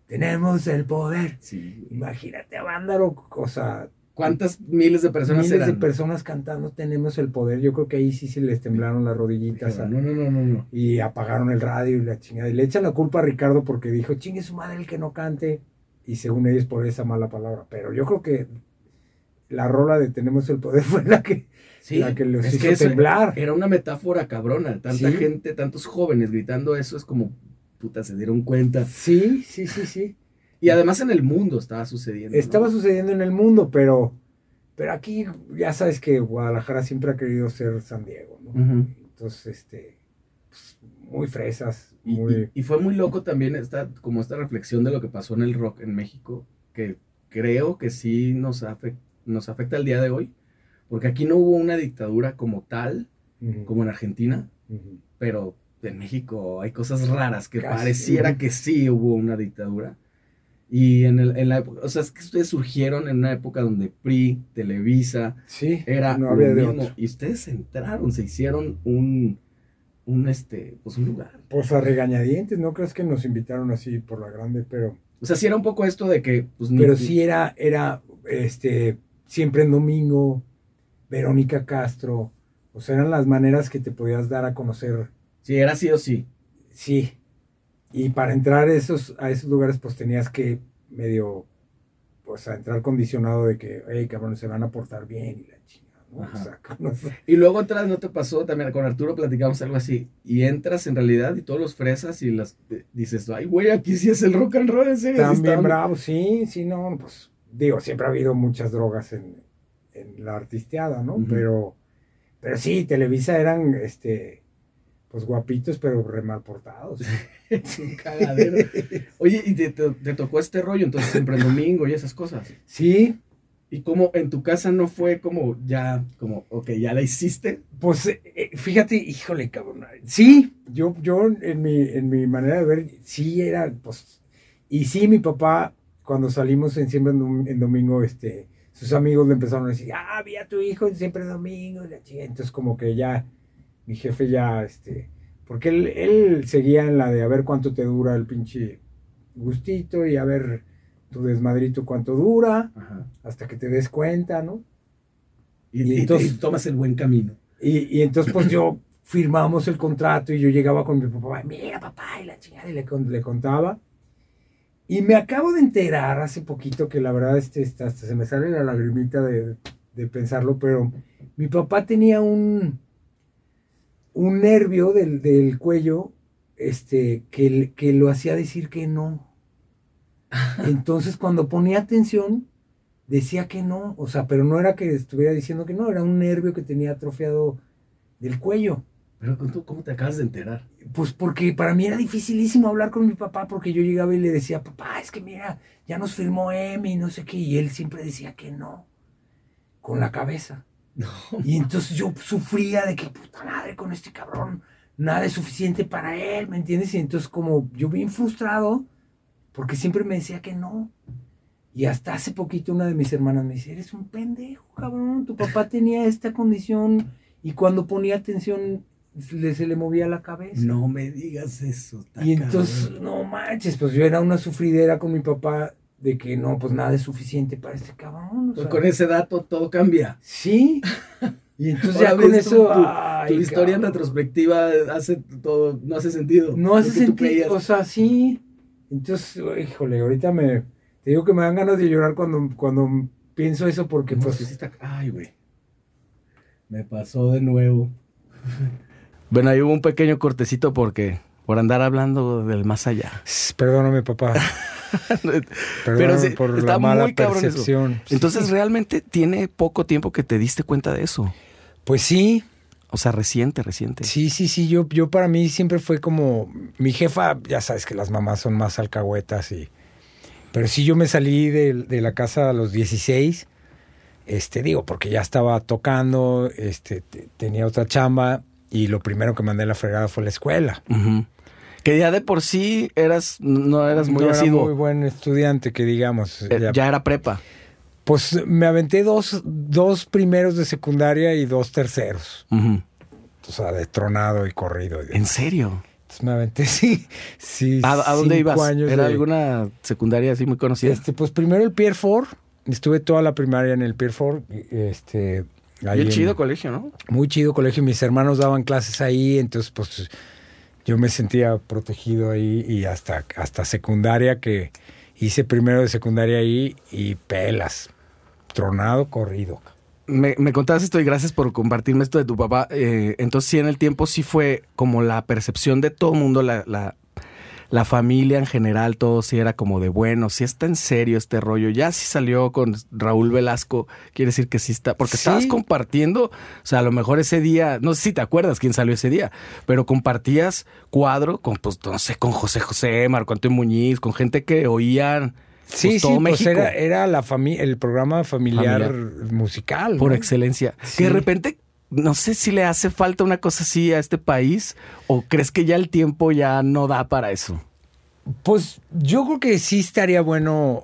Sí. Imagínate a Avándaro, o sea... ¿Cuántas miles de personas eran? Miles de personas cantando, tenemos el poder. Yo creo que ahí sí se les temblaron las rodillitas. No. Y apagaron el radio y la chingada. Y le echan la culpa a Ricardo porque dijo, chingue su madre el que no cante. Y según ellos por esa mala palabra. Pero yo creo que la rola de tenemos el poder fue la que los hizo temblar. Era una metáfora cabrona. Tanta gente, tantos jóvenes gritando eso, es como, puta, se dieron cuenta. Sí. Y además en el mundo estaba sucediendo. Estaba sucediendo en el mundo, pero aquí ya sabes que Guadalajara siempre ha querido ser San Diego, ¿no? Entonces, pues, muy fresas. Y fue muy loco también esta reflexión de lo que pasó en el rock en México, que creo que sí nos afecta el día de hoy. Porque aquí no hubo una dictadura como tal, como en Argentina, pero en México hay cosas raras que pareciera que sí hubo una dictadura. Y en la época, o sea, es que ustedes surgieron en una época donde PRI, Televisa, sí, era no había lo de mismo. otro. Y ustedes entraron, se hicieron pues un lugar. Pues a regañadientes, no crees que nos invitaron así por la grande, pero... O sea, sí era un poco esto de que, pues Pero sí era siempre en domingo, Verónica Castro, o sea, eran las maneras que te podías dar a conocer. Sí, era sí o sí. Sí, y para entrar a esos lugares, pues tenías que medio, pues a entrar condicionado de que, hey, cabrón, se van a portar bien y la chingada, ¿no? O sea, y luego atrás, ¿no te pasó? También con Arturo platicamos algo así, y entras en realidad y todos los fresas y dices, ay, güey, aquí sí es el rock and roll, en serio. También bravo, sí, no, pues, digo, siempre ha habido muchas drogas en la artisteada, ¿no? Uh-huh. Pero sí, Televisa eran, pues guapitos, pero re mal portados. Es un cagadero. Oye, ¿y te tocó este rollo entonces siempre el domingo y esas cosas? Sí. ¿Y cómo en tu casa no fue como, ok, ya la hiciste? Pues fíjate, híjole, cabrón. Sí, yo en mi manera de ver, sí era, pues, y sí, mi papá, cuando salimos siempre en domingo, sus amigos le empezaron a decir, vi a tu hijo siempre domingo, la chica. Entonces como que ya, mi jefe ya, porque él seguía en la de a ver cuánto te dura el pinche gustito y a ver tu desmadrito cuánto dura, ajá, hasta que te des cuenta, ¿no? Y entonces tomas el buen camino. Y entonces pues yo firmamos el contrato y yo llegaba con mi papá, mira papá, y la chingada, y le contaba. Y me acabo de enterar hace poquito que la verdad hasta se me sale la lagrimita de pensarlo, pero mi papá tenía un nervio del cuello que lo hacía decir que no. Entonces cuando ponía atención decía que no, o sea, pero no era que estuviera diciendo que no, era un nervio que tenía atrofiado del cuello. Pero ¿cómo te acabas de enterar? Pues porque para mí era dificilísimo hablar con mi papá, porque yo llegaba y le decía, papá, es que mira, ya nos firmó Emi, no sé qué, y él siempre decía que no, con la cabeza. No. Y entonces yo sufría de que, puta madre, con este cabrón, nada es suficiente para él, ¿me entiendes? Y entonces como yo bien frustrado, porque siempre me decía que no. Y hasta hace poquito una de mis hermanas me dice, eres un pendejo, cabrón, tu papá tenía esta condición y cuando ponía atención se le movía la cabeza. No me digas eso. Y entonces, cabrón, no manches, pues yo era una sufridera con mi papá de que no, pues nada es suficiente para este cabrón. Pues con ese dato todo cambia. Sí. Y entonces ya con eso... Tu historia en retrospectiva no hace sentido. No hace sentido, o sea, sí. Entonces, híjole, ahorita te digo que me dan ganas de llorar cuando pienso eso porque no, pues... Ay, güey. Me pasó de nuevo. Bueno, ahí hubo un pequeño cortecito por andar hablando del más allá. Perdóname, papá. Pero sí, por está la mala muy cabrón percepción. Eso. Entonces, sí, ¿realmente tiene poco tiempo que te diste cuenta de eso? Pues sí. O sea, reciente. Sí. Yo para mí siempre fue como... Mi jefa, ya sabes que las mamás son más alcahuetas pero sí, yo me salí de la casa a los 16, digo, porque ya estaba tocando, tenía otra chamba y lo primero que mandé a la fregada fue la escuela. Uh-huh. Que ya de por sí no eras muy asiduo. No era muy buen estudiante, que digamos. Ya era prepa. Pues me aventé dos primeros de secundaria y 2 terceros. Uh-huh. O sea, de tronado y corrido. ¿En serio? Entonces me aventé, sí. ¿A dónde ibas? ¿Era alguna secundaria así muy conocida? Pues primero el Pier 4. Estuve toda la primaria en el Pier 4. Bien chido colegio, ¿no? Muy chido colegio. Mis hermanos daban clases ahí, entonces pues yo me sentía protegido ahí y hasta secundaria, que hice primero de secundaria ahí y pelas. Tronado, corrido. Me contabas esto y gracias por compartirme esto de tu papá. Entonces sí, en el tiempo sí fue como la percepción de todo el mundo, la familia en general, todo sí era como de bueno, sí está en serio este rollo. Ya sí salió con Raúl Velasco, quiere decir que sí está, porque sí estabas compartiendo, o sea, a lo mejor ese día, no sé si te acuerdas quién salió ese día, pero compartías cuadro con, pues, no sé, con José José, Marco Antonio Muñiz, con gente que oían... Sí, todo México. Pues era el programa familiar musical, ¿no? Por excelencia. Sí. Que de repente, no sé si le hace falta una cosa así a este país, o crees que ya el tiempo ya no da para eso. Pues yo creo que sí estaría bueno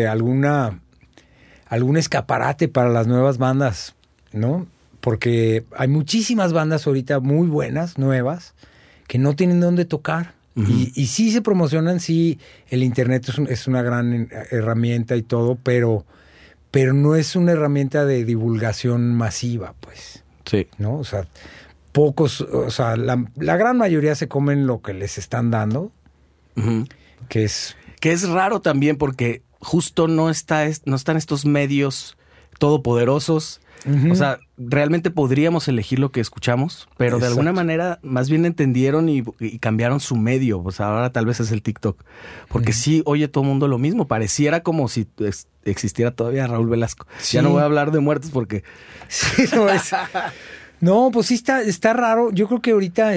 algún escaparate para las nuevas bandas, ¿no? Porque hay muchísimas bandas ahorita muy buenas, nuevas, que no tienen dónde tocar. Uh-huh. Y sí se promocionan, sí, el internet es una gran herramienta y todo, pero no es una herramienta de divulgación masiva, pues. Sí. ¿No? O sea, pocos, o sea, la gran mayoría se comen lo que les están dando, uh-huh. Que es raro también porque justo no están estos medios todopoderosos. Uh-huh. O sea, realmente podríamos elegir lo que escuchamos, pero Exacto. De alguna manera más bien entendieron y cambiaron su medio. Pues ahora tal vez es el TikTok. Porque sí oye todo el mundo lo mismo. Pareciera como si existiera todavía Raúl Velasco. Sí. Ya no voy a hablar de muertos porque... Sí, no, pues sí está raro. Yo creo que ahorita,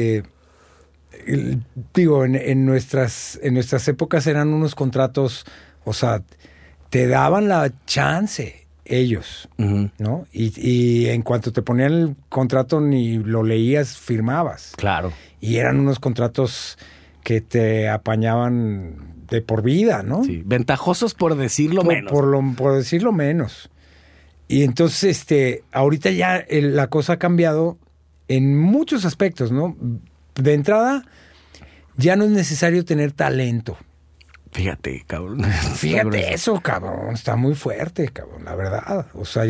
digo, en nuestras épocas eran unos contratos, o sea, te daban la chance ellos, uh-huh. ¿no? Y en cuanto te ponían el contrato ni lo leías, firmabas. Claro. Y eran unos contratos que te apañaban de por vida, ¿no? Sí, ventajosos por decirlo menos. Por decirlo menos. Y entonces, ahorita ya la cosa ha cambiado en muchos aspectos, ¿no? De entrada, ya no es necesario tener talento. Fíjate, cabrón. Fíjate eso, cabrón. Está muy fuerte, cabrón, la verdad. O sea,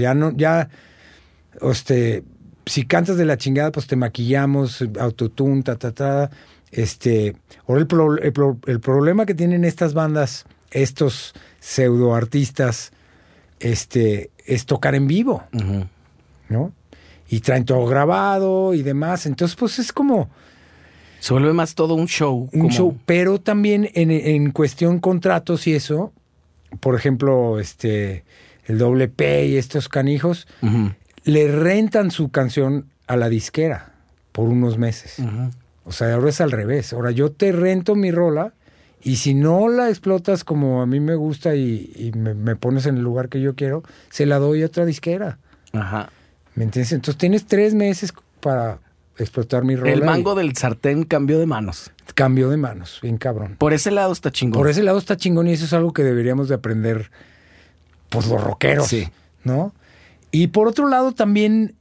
si cantas de la chingada, pues te maquillamos, autotune, Ahora el problema que tienen estas bandas, estos pseudoartistas, es tocar en vivo, uh-huh. ¿no? Y traen todo grabado y demás. Entonces, pues es como... Se vuelve más todo un show. Show, pero también en cuestión contratos y eso, por ejemplo, el WP y estos canijos, uh-huh. le rentan su canción a la disquera por unos meses. Uh-huh. O sea, ahora es al revés. Ahora yo te rento mi rola y si no la explotas como a mí me gusta y me pones en el lugar que yo quiero, se la doy a otra disquera. Ajá. ¿Me entiendes? Entonces tienes 3 meses para... explotar mi rola. El mango del sartén cambió de manos. Cambió de manos, bien cabrón. Por ese lado está chingón. Por ese lado está chingón y eso es algo que deberíamos de aprender, pues, los rockeros, sí. ¿no? Y por otro lado también,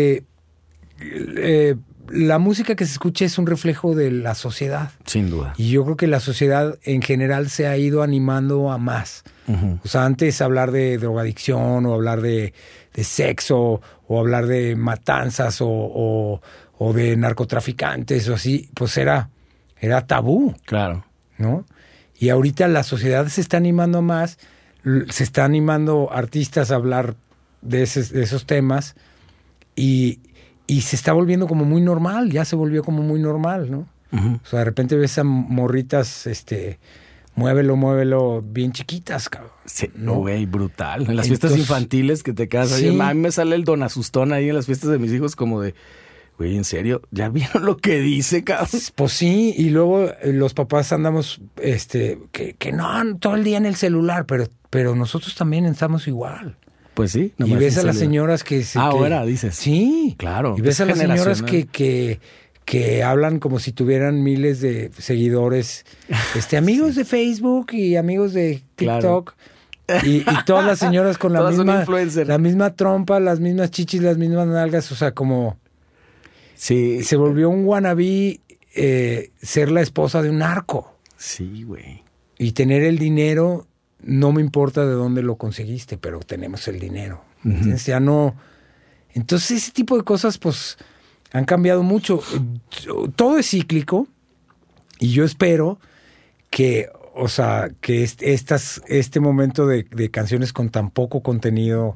la música que se escucha es un reflejo de la sociedad. Sin duda. Y yo creo que la sociedad en general se ha ido animando a más. Uh-huh. O sea, antes hablar de drogadicción o hablar de sexo o hablar de matanzas o de narcotraficantes o así, pues era tabú. Claro. ¿No? Y ahorita la sociedad se está animando a más, se está animando artistas a hablar de esos temas y se está volviendo como muy normal, ya se volvió como muy normal, ¿no? Uh-huh. O sea, de repente ves a morritas, muévelo, bien chiquitas, cabrón. Sí, no, güey, brutal. En las fiestas infantiles que te quedas ahí, a mí me sale el Don Asustón ahí en las fiestas de mis hijos como de, güey, ¿en serio? ¿Ya vieron lo que dice, cabrón? Pues sí, y luego los papás andamos, que no, todo el día en el celular, pero nosotros también estamos igual. Pues sí. Y ves a las señoras que... ahora dices. Sí. Claro. Y ves a las señoras que hablan como si tuvieran miles de seguidores, amigos de Facebook y amigos de TikTok. Claro. Y todas las señoras con la misma trompa, las mismas chichis, las mismas nalgas, o sea, como... Sí. Se volvió un wannabe ser la esposa de un narco. Sí, güey. Y tener el dinero, no me importa de dónde lo conseguiste, pero tenemos el dinero. Uh-huh. ¿Entiendes? Ya no... Entonces ese tipo de cosas, pues, han cambiado mucho. Todo es cíclico y yo espero que, o sea, que este momento de canciones con tan poco contenido,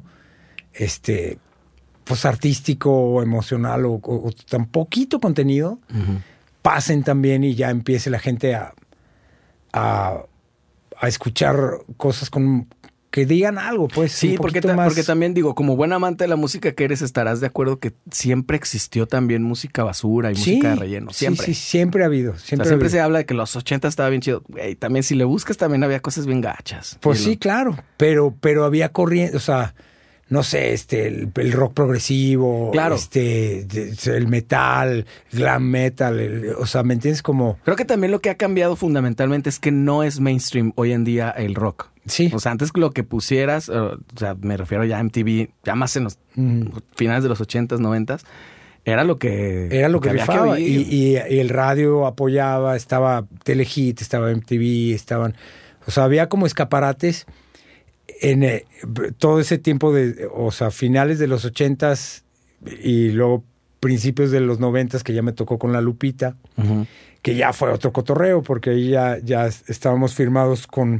pues artístico o emocional o tan poquito contenido, uh-huh. pasen también y ya empiece la gente a escuchar cosas que digan algo, pues. Sí, porque también digo, como buen amante de la música que eres, estarás de acuerdo que siempre existió también música basura y música de relleno. Siempre. Sí, siempre ha habido. Siempre se habla de que los 80 estaba bien chido. Güey, también si le buscas también había cosas bien gachas. Pues sí, claro. Pero había corriente, o sea, no sé, el rock progresivo, claro. El metal, glam metal, o sea, ¿me entiendes? Como... Creo que también lo que ha cambiado fundamentalmente es que no es mainstream hoy en día el rock. Sí. O sea, antes lo que pusieras, o sea, me refiero ya a MTV, ya más en los finales de los 80s, 90s, era lo que rifaba. Y el radio apoyaba, estaba Telehit, estaba MTV, estaban... O sea, había como escaparates en todo ese tiempo o sea, finales de los 80s y luego principios de los 90s, que ya me tocó con la Lupita, que ya fue otro cotorreo, porque ahí ya estábamos firmados con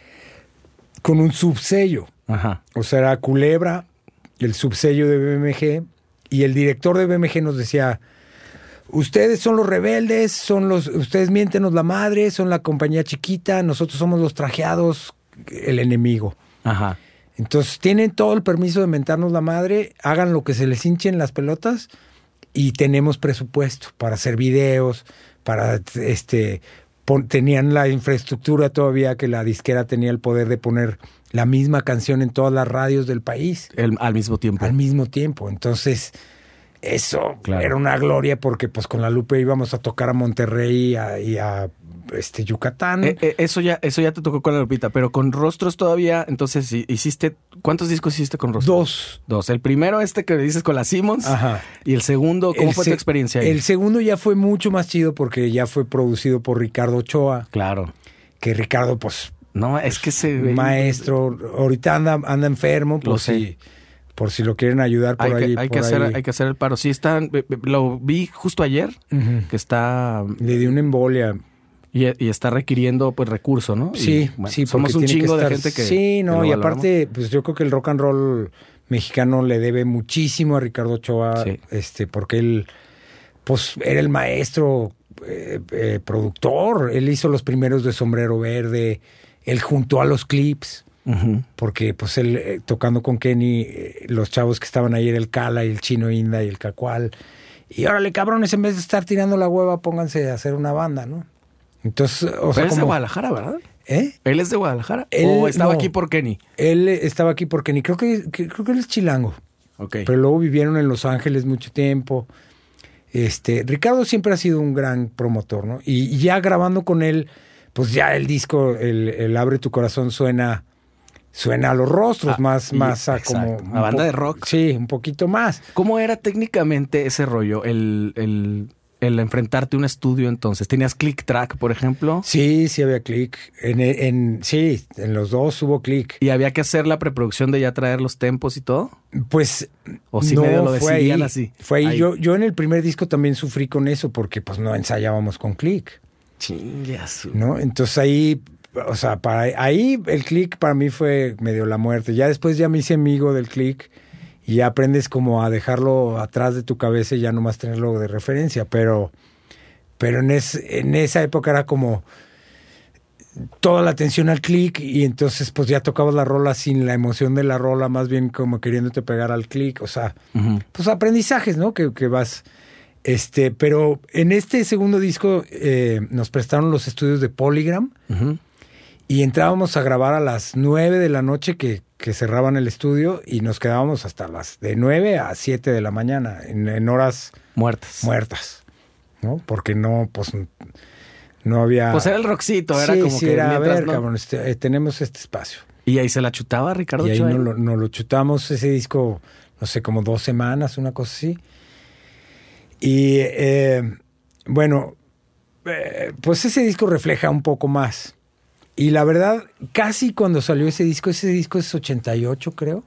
un subsello. Ajá. O sea, era Culebra, el subsello de BMG, y el director de BMG nos decía: ustedes son los rebeldes, ustedes miéntenos la madre, son la compañía chiquita, nosotros somos los trajeados, el enemigo. Ajá. Entonces tienen todo el permiso de mentarnos la madre, hagan lo que se les hinchen las pelotas, y tenemos presupuesto para hacer videos, para tenían la infraestructura todavía, que la disquera tenía el poder de poner la misma canción en todas las radios del país. Al mismo tiempo. Al mismo tiempo. Entonces, eso era una gloria, porque pues con la Lupe íbamos a tocar a Monterrey y a Yucatán. Eso ya te tocó con la Lupita, pero con Rostros todavía. Entonces, ¿cuántos discos hiciste con Rostros? Dos. El primero que dices con la Simmons. Ajá. Y el segundo, ¿cómo fue tu experiencia ahí? El segundo ya fue mucho más chido, porque ya fue producido por Ricardo Ochoa. Claro. Que Ricardo, pues... No, es que ese... Maestro. Ahorita anda enfermo, por si lo quieren ayudar por ahí. Hay que hacer el paro. Sí, lo vi justo ayer, que está... Le dio una embolia. Y está requiriendo, pues, recurso, ¿no? Sí, sí. Somos un chingo de gente que... Sí, no, que y aparte, pues yo creo que el rock and roll mexicano le debe muchísimo a Ricardo Ochoa, porque él, pues, era el maestro productor. Él hizo los primeros de Sombrero Verde, él juntó a los Clips, porque, pues, él tocando con Kenny, los chavos que estaban ahí era el Cala y el Chino Inda y el Cacual. Y órale, cabrones, en vez de estar tirando la hueva, pónganse a hacer una banda, ¿no? Entonces, Pero él es de Guadalajara, ¿verdad? ¿Él es de Guadalajara? ¿O estaba aquí por Kenny? Él estaba aquí por Kenny. Creo que él es chilango. Okay. Pero luego vivieron en Los Ángeles mucho tiempo. Ricardo siempre ha sido un gran promotor, ¿no? Y ya grabando con él, pues ya el disco, el Abre tu Corazón suena a Los Rostros, más a como... Una banda de rock. Sí, un poquito más. ¿Cómo era técnicamente ese rollo? El enfrentarte a un estudio, entonces. ¿Tenías click track, por ejemplo? Sí había click. En los dos hubo click. ¿Y había que hacer la preproducción de ya traer los tempos y todo? Pues ¿O si medio lo decidían así? Fue ahí. Yo en el primer disco también sufrí con eso, porque pues no ensayábamos con click. Chingas. ¿No? Entonces ahí, o sea, ahí el click para mmí fue medio la muerte. Ya después ya me hice amigo del click. Y ya aprendes como a dejarlo atrás de tu cabeza y ya nomás tenerlo de referencia. Pero en esa época era como toda la atención al click, y entonces pues ya tocabas la rola sin la emoción de la rola, más bien como queriéndote pegar al click. O sea, pues aprendizajes, ¿no? Que vas... pero en este segundo disco nos prestaron los estudios de Polygram, y entrábamos a grabar a las 9 de la noche que cerraban el estudio, y nos quedábamos hasta de 9 a 7 de la mañana, en horas muertas, ¿no? Porque no había... Pues era el rockcito, era como que... Era, a ver, cabrón, tenemos este espacio. ¿Y ahí se la chutaba Ricardo? Y ahí nos lo chutamos ese disco, no sé, como 2 semanas, una cosa así. Y bueno, pues ese disco refleja un poco más. Y la verdad, casi cuando salió ese disco es 88, creo.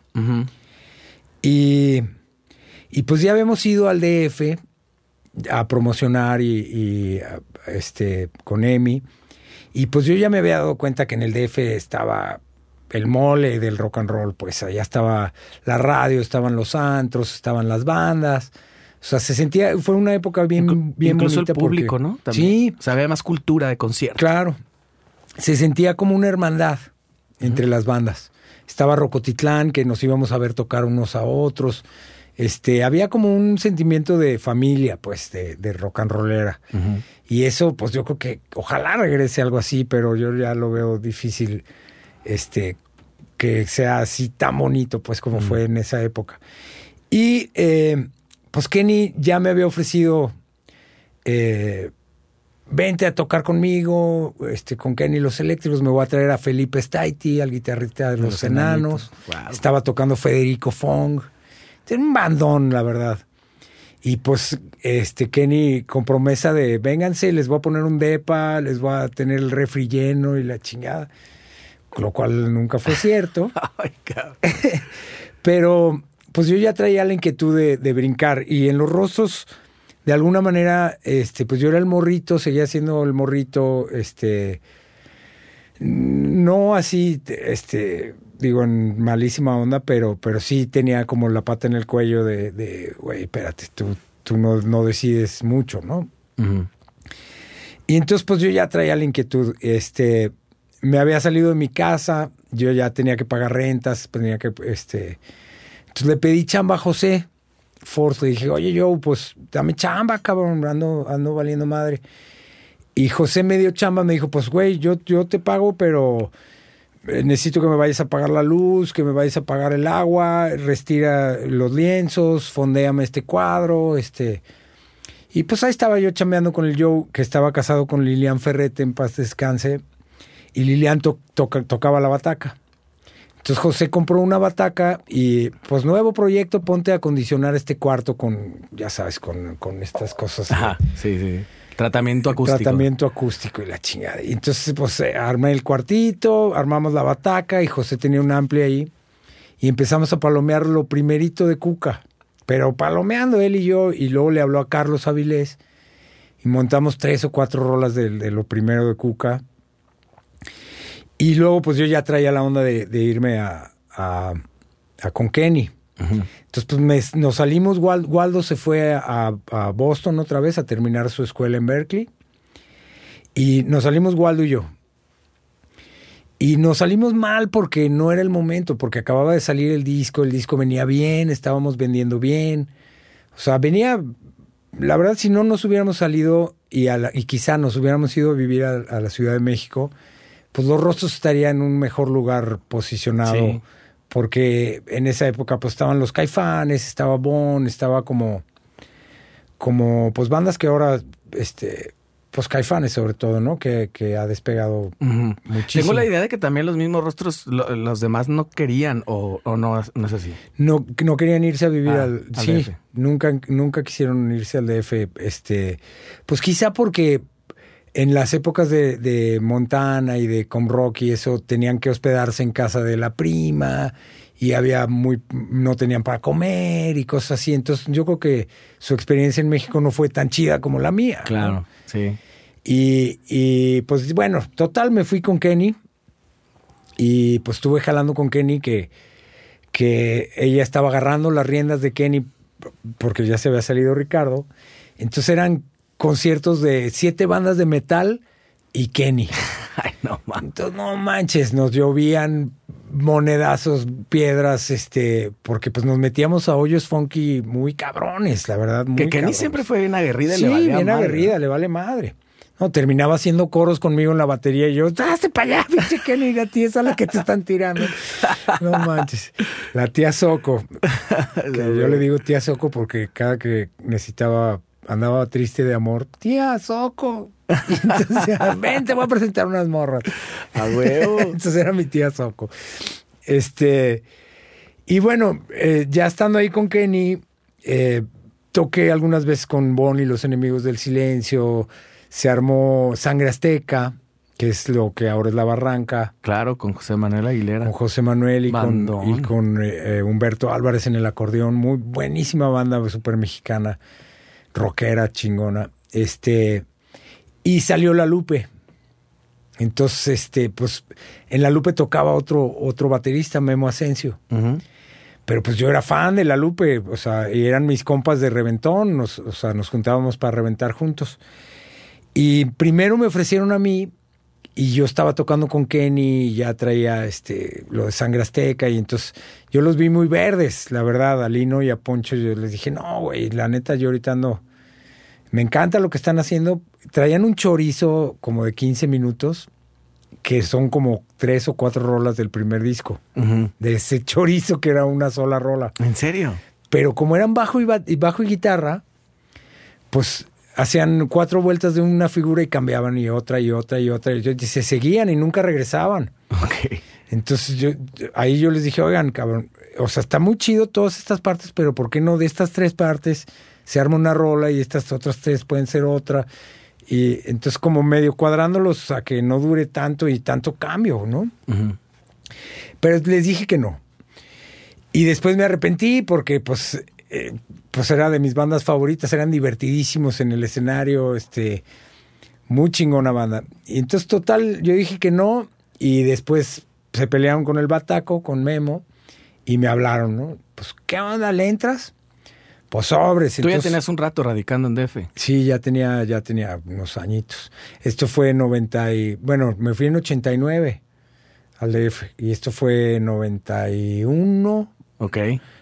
Y pues ya habíamos ido al DF a promocionar y con EMI. Y pues yo ya me había dado cuenta que en el DF estaba el mole del rock and roll. Pues allá estaba la radio, estaban los antros, estaban las bandas. O sea, se sentía... Fue una época bien incluso bonita. El público, porque, ¿no? También. Sí. O sea, había más cultura de concierto. Claro. Se sentía como una hermandad entre las bandas. Estaba Rocotitlán, que nos íbamos a ver tocar unos a otros. Había como un sentimiento de familia, pues, de rock and rollera. Y eso, pues, yo creo que ojalá regrese algo así, pero yo ya lo veo difícil, que sea así tan bonito, pues como fue en esa época. Y pues Kenny ya me había ofrecido, vente a tocar conmigo, con Kenny Los Eléctricos, me voy a traer a Felipe Staiti, al guitarrista de Los Enanos. Wow. Estaba tocando Federico Fong. Tiene un bandón, la verdad. Y pues Kenny con promesa de vénganse, les voy a poner un depa, les voy a tener el refri lleno y la chingada. Lo cual nunca fue cierto. Ay, cabrón. Pero pues yo ya traía la inquietud de brincar. Y en Los Rostros, de alguna manera, pues yo era el morrito, seguía siendo el morrito, no así, digo, en malísima onda, pero sí tenía como la pata en el cuello de güey, espérate, tú no decides mucho, ¿no? Uh-huh. Y entonces, pues yo ya traía la inquietud. Me había salido de mi casa, yo ya tenía que pagar rentas, tenía que, entonces le pedí chamba a José Force, le dije, oye, yo, pues, dame chamba, cabrón, ando valiendo madre. Y José me dio chamba, me dijo, pues, güey, yo te pago, pero necesito que me vayas a pagar la luz, que me vayas a pagar el agua, restira los lienzos, fondéame este cuadro, Y pues ahí estaba yo chambeando con el Joe, que estaba casado con Lilian Ferrete, en paz descanse, y Lilian tocaba la bataca. Entonces José compró una bataca y pues nuevo proyecto, ponte a acondicionar este cuarto con, ya sabes, con estas cosas. Ajá, sí. Tratamiento acústico. Tratamiento acústico y la chingada. Y entonces pues armé el cuartito, armamos la bataca y José tenía un ampli ahí y empezamos a palomear lo primerito de Cuca. Pero palomeando él y yo, y luego le habló a Carlos Avilés y montamos 3 o 4 rolas de lo primero de Cuca. Y luego pues yo ya traía la onda de irme a con Kenny. Uh-huh. Entonces pues nos salimos, Waldo se fue a Boston otra vez a terminar su escuela en Berkeley. Y nos salimos Waldo y yo. Y nos salimos mal porque no era el momento, porque acababa de salir el disco venía bien, estábamos vendiendo bien. O sea, venía, la verdad, si no nos hubiéramos salido y quizá nos hubiéramos ido a vivir a la Ciudad de México, pues Los Rostros estaría en un mejor lugar posicionado. Sí. Porque en esa época pues estaban los Caifanes, estaba Bon, estaba como pues bandas que ahora, pues Caifanes sobre todo, ¿no? Que ha despegado muchísimo. Tengo la idea de que también los mismos Rostros, los demás no querían o no es así. No querían irse a vivir al sí, DF. Nunca quisieron irse al DF. Pues quizá porque en las épocas de Montana y de Comrock y eso, tenían que hospedarse en casa de la prima y no tenían para comer y cosas así. Entonces yo creo que su experiencia en México no fue tan chida como la mía. Claro, ¿no? Sí. Y pues bueno, total, me fui con Kenny y pues estuve jalando con Kenny que ella estaba agarrando las riendas de Kenny porque ya se había salido Ricardo. Entonces eran conciertos de 7 bandas de metal y Kenny. Ay, no manches. Entonces, no manches, nos llovían monedazos, piedras, porque pues nos metíamos a hoyos funky muy cabrones, la verdad. Muy que Kenny cabrones. Siempre fue bien aguerrida. Sí, le valía bien madre, aguerrida, ¿no? le vale madre. No, terminaba haciendo coros conmigo en la batería y yo, ¡hazte para allá, pinche Kenny! La tía esa a la que te están tirando. No manches. La tía Soco. Yo le digo tía Soco porque cada que andaba triste de amor, tía Soco. Y entonces, ven, te voy a presentar unas morras. A huevo. Entonces era mi tía Soco. Y bueno, ya estando ahí con Kenny, toqué algunas veces con Bon y los Enemigos del Silencio. Se armó Sangre Azteca, que es lo que ahora es La Barranca. Claro, con José Manuel Aguilera. Con José Manuel y con Humberto Álvarez en el acordeón. Muy buenísima banda, súper mexicana, rockera, chingona. Y salió La Lupe. Entonces, pues en La Lupe tocaba otro baterista, Memo Asensio. Uh-huh. Pero pues yo era fan de La Lupe, o sea, y eran mis compas de reventón, nos juntábamos para reventar juntos. Y primero me ofrecieron a mí, y yo estaba tocando con Kenny, y ya traía lo de Sangre Azteca, y entonces yo los vi muy verdes, la verdad, a Lino y a Poncho. Yo les dije, no, güey, la neta, yo ahorita ando... Me encanta lo que están haciendo. Traían un chorizo como de 15 minutos que son como 3 o 4 rolas del primer disco. De ese chorizo que era una sola rola. ¿En serio? Pero como eran bajo y guitarra, pues hacían 4 vueltas de una figura y cambiaban y otra y otra y otra. Y se seguían y nunca regresaban. Ok. Entonces ahí yo les dije, oigan, cabrón, o sea, está muy chido todas estas partes, pero ¿por qué no de estas 3 partes se arma una rola y estas otras 3 pueden ser otra? Y entonces como medio cuadrándolos a que no dure tanto y tanto cambio, ¿no? Pero les dije que no. Y después me arrepentí porque pues era de mis bandas favoritas, eran divertidísimos en el escenario, muy chingona banda. Y entonces total, yo dije que no y después se pelearon con el Bataco, con Memo, y me hablaron, ¿no? Pues, ¿qué onda? ¿Le entras? Pues sobres. Tú ya tenías un rato radicando en DF. Sí, ya tenía unos añitos. Esto fue me fui en 89 al DF. Y esto fue 91. Ok.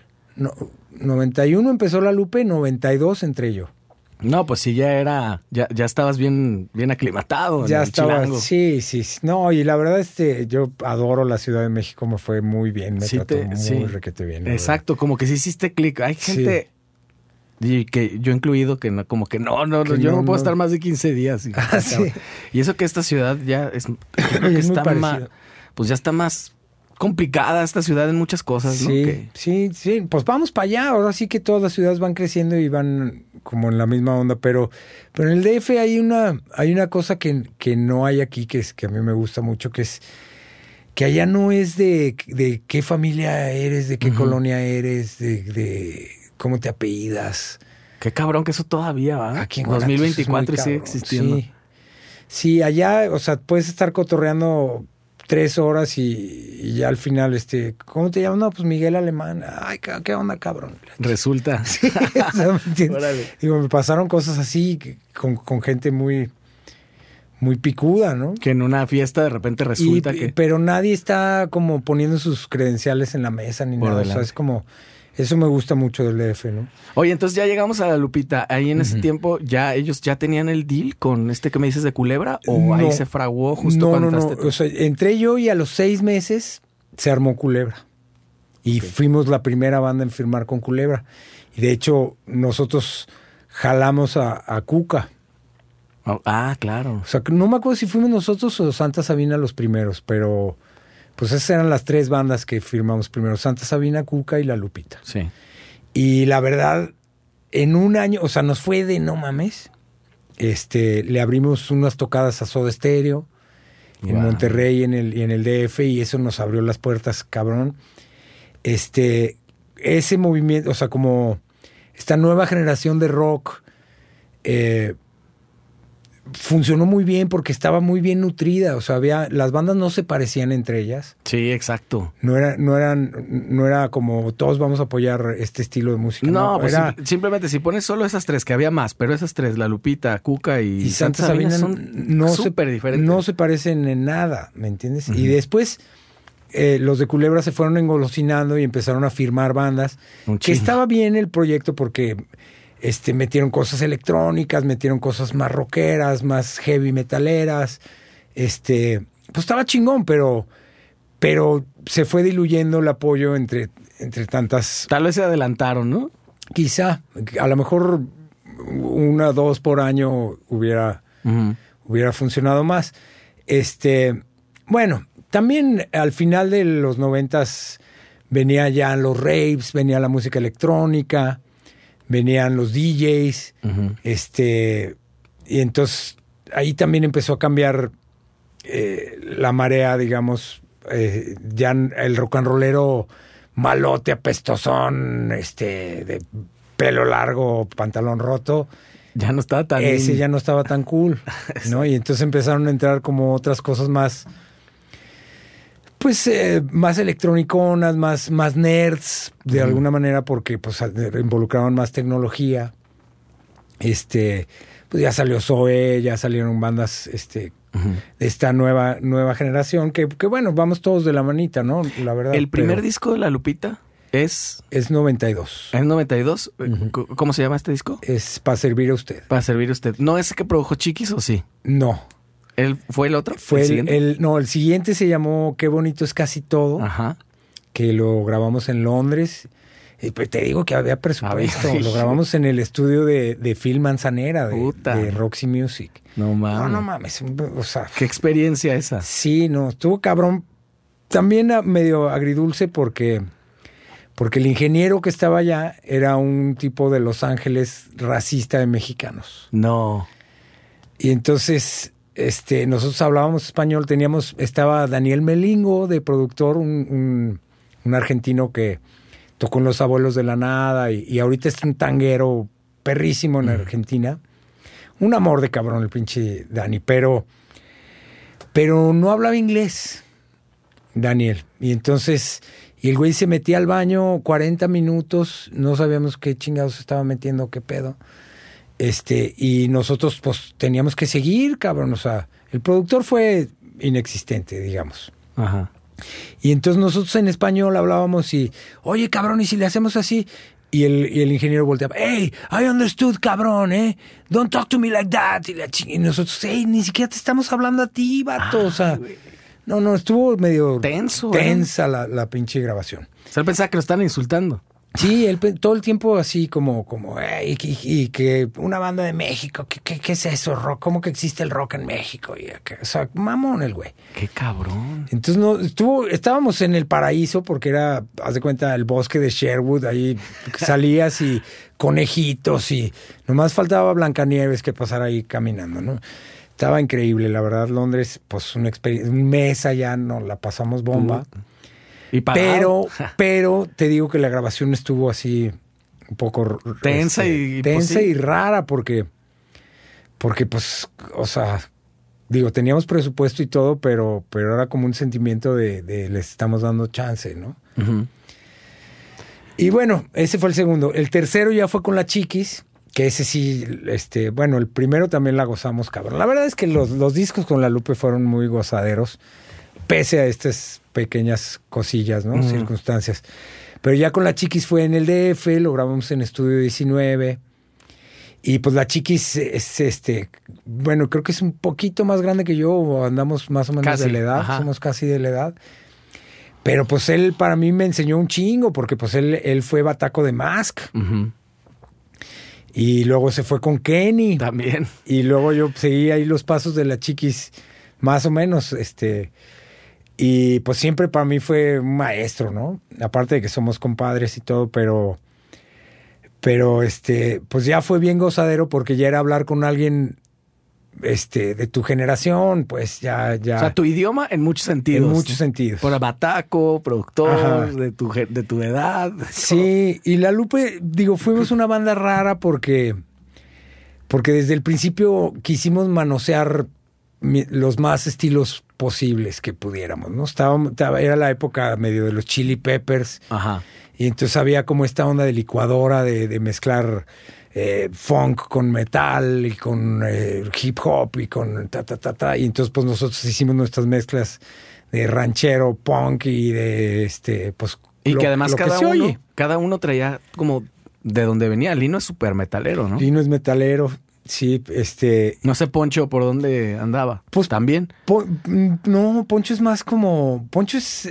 91 empezó La Lupe, 92 entré yo. No, pues sí, ya estabas bien aclimatado. Ya en el estaba, Chilango. sí. No, y la verdad, yo adoro la Ciudad de México, me fue muy bien, me trató muy requete bien. Exacto, como que sí hiciste clic. Hay gente, y que yo incluido, que no, como que no, yo no puedo estar más de 15 días. Sí. Y eso que esta ciudad ya es, yo creo que está más, pues ya está más complicada esta ciudad en muchas cosas, ¿no? Sí, pues vamos para allá. Ahora sí que todas las ciudades van creciendo y van como en la misma onda, pero en el DF hay una cosa que no hay aquí, que a mí me gusta mucho, que es que allá no es de qué familia eres, de qué colonia eres, de cómo te apellidas. Qué cabrón que eso todavía va. Aquí en 2024 y sigue existiendo. Sí, allá, o sea, puedes estar cotorreando 3 horas y ya al final, ¿cómo te llamas? No, pues Miguel Alemán. Ay, ¿qué onda, cabrón? Resulta. Sí, o sea, ¿me entiendes? Digo, me pasaron cosas así con gente muy, muy picuda, ¿no? Que en una fiesta de repente resulta pero nadie está como poniendo sus credenciales en la mesa ni nada. Delante. O sea, es como... Eso me gusta mucho del DF, ¿no? Oye, entonces ya llegamos a La Lupita. Ahí en ese tiempo, ¿ellos ya tenían el deal con que me dices de Culebra? ¿O ahí se fraguó justo cuando entraste tú? O sea, entré yo y a los 6 meses se armó Culebra. Y fuimos la primera banda en firmar con Culebra. Y de hecho, nosotros jalamos a Cuca. Claro. O sea, no me acuerdo si fuimos nosotros o Santa Sabina los primeros, pero... Pues esas eran las 3 bandas que firmamos primero. Santa Sabina, Cuca y La Lupita. Sí. Y la verdad, en un año, o sea, nos fue de no mames. Le abrimos unas tocadas a Soda Stereo en Monterrey y en el DF, y eso nos abrió las puertas, cabrón. Ese movimiento, o sea, como esta nueva generación de rock, funcionó muy bien porque estaba muy bien nutrida. O sea, las bandas no se parecían entre ellas. Sí, exacto. No era como todos vamos a apoyar este estilo de música. No, pues simplemente si pones solo esas 3, que había más, pero esas 3, La Lupita, Cuca y Santa Sabina son súper diferentes. No se parecen en nada, ¿me entiendes? Y después los de Culebra se fueron engolosinando y empezaron a firmar bandas. Que estaba bien el proyecto porque... metieron cosas electrónicas, metieron cosas más rockeras, más heavy metaleras. Pues estaba chingón, pero se fue diluyendo el apoyo entre tantas. Tal vez se adelantaron, ¿no? Quizá, a lo mejor 1 o 2 por año hubiera funcionado más. Bueno, también al final de los 90s venía ya los raves, venía la música electrónica. Venían los DJs, y entonces ahí también empezó a cambiar la marea, digamos, ya el rock and rollero malote, apestosón, de pelo largo, pantalón roto. Ya no estaba tan... Ese ya no estaba tan cool, ¿no? Y entonces empezaron a entrar como otras cosas más... Pues más electroniconas, más nerds, de alguna manera, porque pues involucraban más tecnología. Pues ya salió Zoe, ya salieron bandas de esta nueva generación, que bueno, vamos todos de la manita, ¿no? La verdad. ¿El primer disco de La Lupita es 92? ¿Es 92? ¿Cómo se llama este disco? Es Para Servir a Usted. Para Servir a Usted. ¿No es que produjo Chiquis o sí? No. ¿Él fue el otro? Fue el siguiente se llamó Qué bonito es casi todo. Ajá. Que lo grabamos en Londres. Pues te digo que había presupuesto. Lo grabamos en el estudio de Phil Manzanera, de Roxy Music. No mames. No mames. O sea, ¿qué experiencia esa? Sí, no, estuvo cabrón. También medio agridulce porque el ingeniero que estaba allá era un tipo de Los Ángeles racista de mexicanos. No. Y entonces nosotros hablábamos español. Estaba Daniel Melingo de productor, un argentino que tocó en Los Abuelos de la Nada y ahorita es un tanguero perrísimo en Argentina. Un amor de cabrón el pinche Dani, pero no hablaba inglés, Daniel. Y entonces, el güey se metía al baño 40 minutos, no sabíamos qué chingados estaba metiendo, qué pedo. Y nosotros pues teníamos que seguir, cabrón. O sea, el productor fue inexistente, digamos. Ajá. Y entonces nosotros en español hablábamos y, oye, cabrón, ¿y si le hacemos así? Y el ingeniero volteaba, hey, I understood, cabrón, don't talk to me like that. Y nosotros, hey, ni siquiera te estamos hablando a ti, vato. O sea, no, estuvo medio tensa la pinche grabación. O sea, él pensaba que lo estaban insultando. Sí, él todo el tiempo así como y que una banda de México, ¿qué es eso? Rock? ¿Cómo que existe el rock en México? O sea, mamón el güey. Qué cabrón. Entonces estábamos en el paraíso porque era, haz de cuenta, el bosque de Sherwood, ahí salías y conejitos y nomás faltaba Blancanieves que pasara ahí caminando, ¿no? Estaba increíble, la verdad, Londres, pues un mes allá nos la pasamos bomba. ¿Y pero te digo que la grabación estuvo así un poco tensa y rara porque pues, o sea, digo, teníamos presupuesto y todo, pero era como un sentimiento de les estamos dando chance, ¿no? Uh-huh. Y bueno, ese fue el segundo. El tercero ya fue con la Chiquis, que ese sí, bueno, el primero también la gozamos, cabrón. La verdad es que los discos con la Lupe fueron muy gozaderos, pese a estas pequeñas cosillas, ¿no? Uh-huh. Circunstancias. Pero ya con la Chiquis fue en el DF, lo grabamos en Estudio 19. Y pues la Chiquis es bueno, creo que es un poquito más grande que yo, andamos más o menos casi de la edad, ajá. Somos casi de la edad. Pero pues él para mí me enseñó un chingo, porque pues él fue bataco de Mask. Uh-huh. Y luego se fue con Kenny. También. Y luego yo seguí ahí los pasos de la Chiquis, más o menos, y pues siempre para mí fue un maestro, ¿no? Aparte de que somos compadres y todo, pero pues ya fue bien gozadero porque ya era hablar con alguien de tu generación, pues ya. O sea, tu idioma en muchos sentidos. En muchos sentidos. Por bataco, productor, de tu edad. Sí, y la Lupe, digo, fuimos una banda rara porque desde el principio quisimos manosear los más estilos posibles que pudiéramos, ¿no? Era la época medio de los Chili Peppers. Ajá. Y entonces había como esta onda de licuadora de mezclar funk con metal y con hip hop y con ta. Y entonces pues nosotros hicimos nuestras mezclas de ranchero, punk y de pues y que además cada uno traía como de donde venía. Lino es súper metalero, ¿no? Lino es metalero. Sí, No sé Poncho por dónde andaba. Pues también. No, Poncho es más como... Poncho es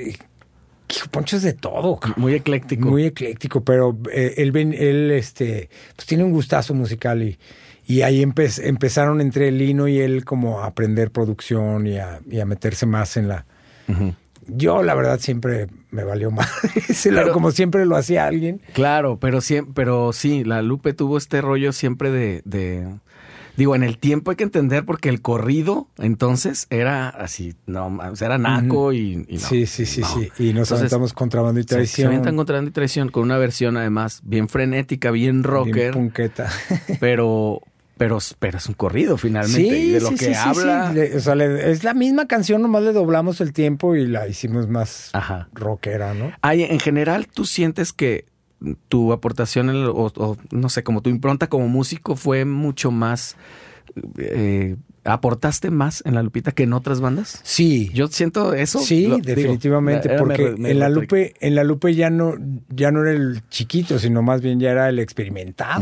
de todo. Muy ecléctico. Muy ecléctico, pero él pues tiene un gustazo musical y ahí empezaron entre Lino y él como a aprender producción y a meterse más en la... Uh-huh. Yo, la verdad, siempre me valió más. Como siempre lo hacía alguien. Claro, pero sí, la Lupe tuvo este rollo siempre de... Digo, en el tiempo hay que entender porque el corrido, entonces, era así, era naco uh-huh. y no. Sí. Y nos aventamos Contrabando y Traición. Se aventan Contrabando y Traición con una versión, además, bien frenética, bien rocker. Bien punqueta. Pero es un corrido finalmente. Sí, y de lo que habla. Sí. O sea, es la misma canción, nomás le doblamos el tiempo y la hicimos más rockera, ¿no? En general, ¿tú sientes que tu aportación o no sé, como tu impronta como músico fue mucho más... ¿aportaste más en La Lupita que en otras bandas? Sí. Yo siento eso. Sí, definitivamente, porque en La Lupe ya no era el chiquito, sino más bien ya era el experimentado. Uh-huh.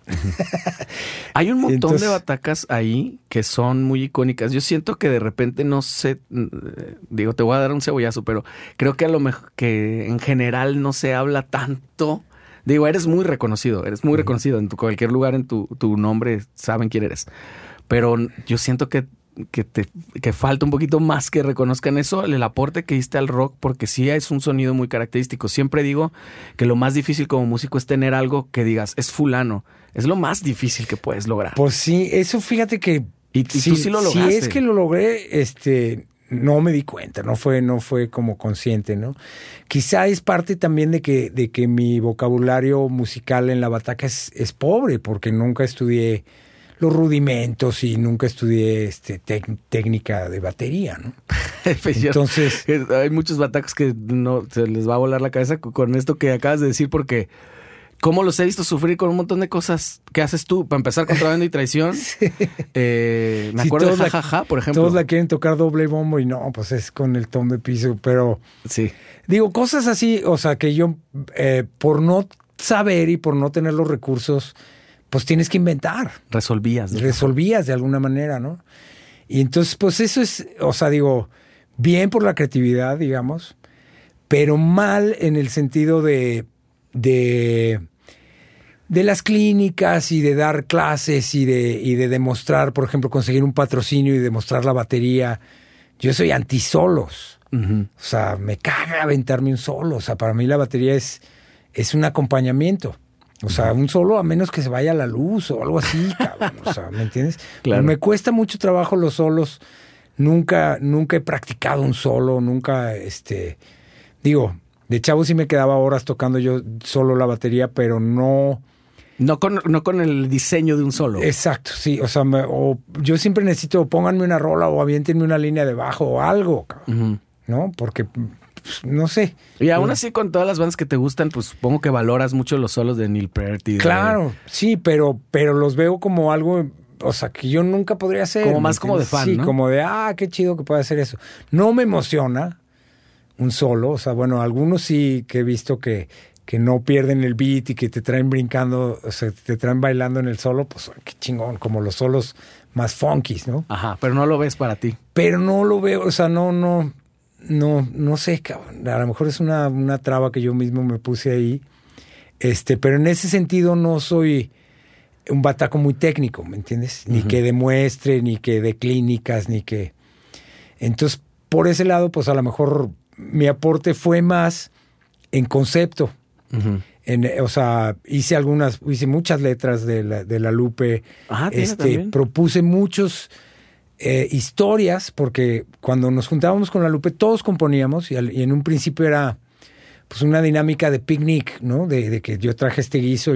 Hay un montón de batacas ahí que son muy icónicas. Yo siento que de repente no sé, digo, te voy a dar un cebollazo, pero creo que a lo mejor que en general no se habla tanto. Digo, eres muy reconocido en cualquier lugar, en tu nombre saben quién eres. Pero yo siento que falta un poquito más que reconozcan eso, el aporte que diste al rock, porque sí es un sonido muy característico. Siempre digo que lo más difícil como músico es tener algo que digas, es fulano. Es lo más difícil que puedes lograr. Pues sí, eso fíjate que... Y tú sí lo lograste. Si es que lo logré, no me di cuenta, no fue como consciente, ¿no? Quizá es parte también de que mi vocabulario musical en la bataca es pobre, porque nunca estudié los rudimentos y nunca estudié técnica de batería, ¿no? Entonces hay muchos batacos que no se les va a volar la cabeza con esto que acabas de decir, porque cómo los he visto sufrir con un montón de cosas que haces tú. Para empezar, Contrabando y Traición. Sí. Me acuerdo de Jajaja, por ejemplo. Todos la quieren tocar doble bombo y no, pues es con el tom de piso. Pero sí, digo, cosas así, o sea, que yo por no saber y por no tener los recursos, pues tienes que inventar. Resolvías de alguna manera, ¿no? Y entonces, pues eso es, o sea, digo, bien por la creatividad, digamos, pero mal en el sentido de las clínicas y de dar clases y de demostrar, por ejemplo, conseguir un patrocinio y demostrar la batería. Yo soy anti-solos. Uh-huh. O sea, me caga aventarme un solo. O sea, para mí la batería es un acompañamiento. O sea, un solo a menos que se vaya la luz o algo así, cabrón. O sea, ¿me entiendes? Claro. Me cuesta mucho trabajo los solos. Nunca he practicado un solo. Nunca, digo, de chavo sí me quedaba horas tocando yo solo la batería, pero no con el diseño de un solo. Exacto, sí. O sea, yo siempre necesito, pónganme una rola o aviéntenme una línea de bajo o algo, uh-huh. ¿No? Porque, pues, no sé. Y aún así, con todas las bandas que te gustan, pues supongo que valoras mucho los solos de Neil Peart. Claro, sí, pero los veo como algo, o sea, que yo nunca podría hacer. Como más como de fan, sí, ¿no? Como de, qué chido que pueda hacer eso. No me emociona un solo, o sea, bueno, algunos sí que he visto que no pierden el beat y que te traen brincando, o sea, te traen bailando en el solo, pues qué chingón, como los solos más funkies, ¿no? Ajá, pero no lo ves para ti. Pero no lo veo, o sea, no sé, cabrón. A lo mejor es una traba que yo mismo me puse ahí, pero en ese sentido no soy un bataco muy técnico, ¿me entiendes? Ni que demuestre, ni que dé clínicas, ni que... Entonces, por ese lado, pues a lo mejor mi aporte fue más en concepto. Uh-huh. O sea, hice muchas letras de la Lupe. Propuse muchos historias, porque cuando nos juntábamos con la Lupe todos componíamos y en un principio era pues una dinámica de picnic, ¿no? De que yo traje este guiso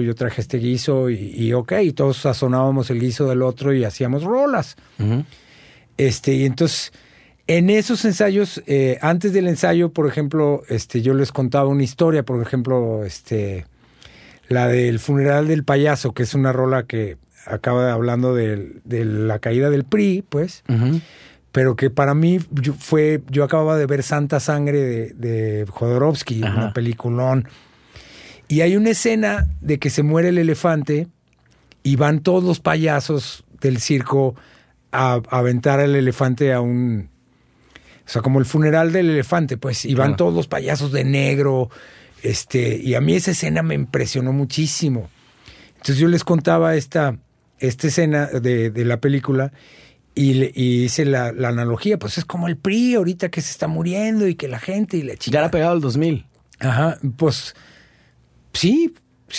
y todos sazonábamos el guiso del otro y hacíamos rolas. Uh-huh. Y entonces en esos ensayos, antes del ensayo, por ejemplo, yo les contaba una historia, por ejemplo, la del funeral del payaso, que es una rola que acaba hablando de la caída del PRI, pues, uh-huh. Pero que para mí yo acababa de ver Santa Sangre de Jodorowsky, uh-huh. Una peliculón, y hay una escena de que se muere el elefante y van todos los payasos del circo a aventar al elefante a un... O sea, como el funeral del elefante, pues, y van todos los payasos de negro, y a mí esa escena me impresionó muchísimo. Entonces yo les contaba esta escena de la película y hice la analogía, pues es como el PRI ahorita que se está muriendo y que la gente y la chica... Ya era pegado al 2000. Ajá, pues, sí,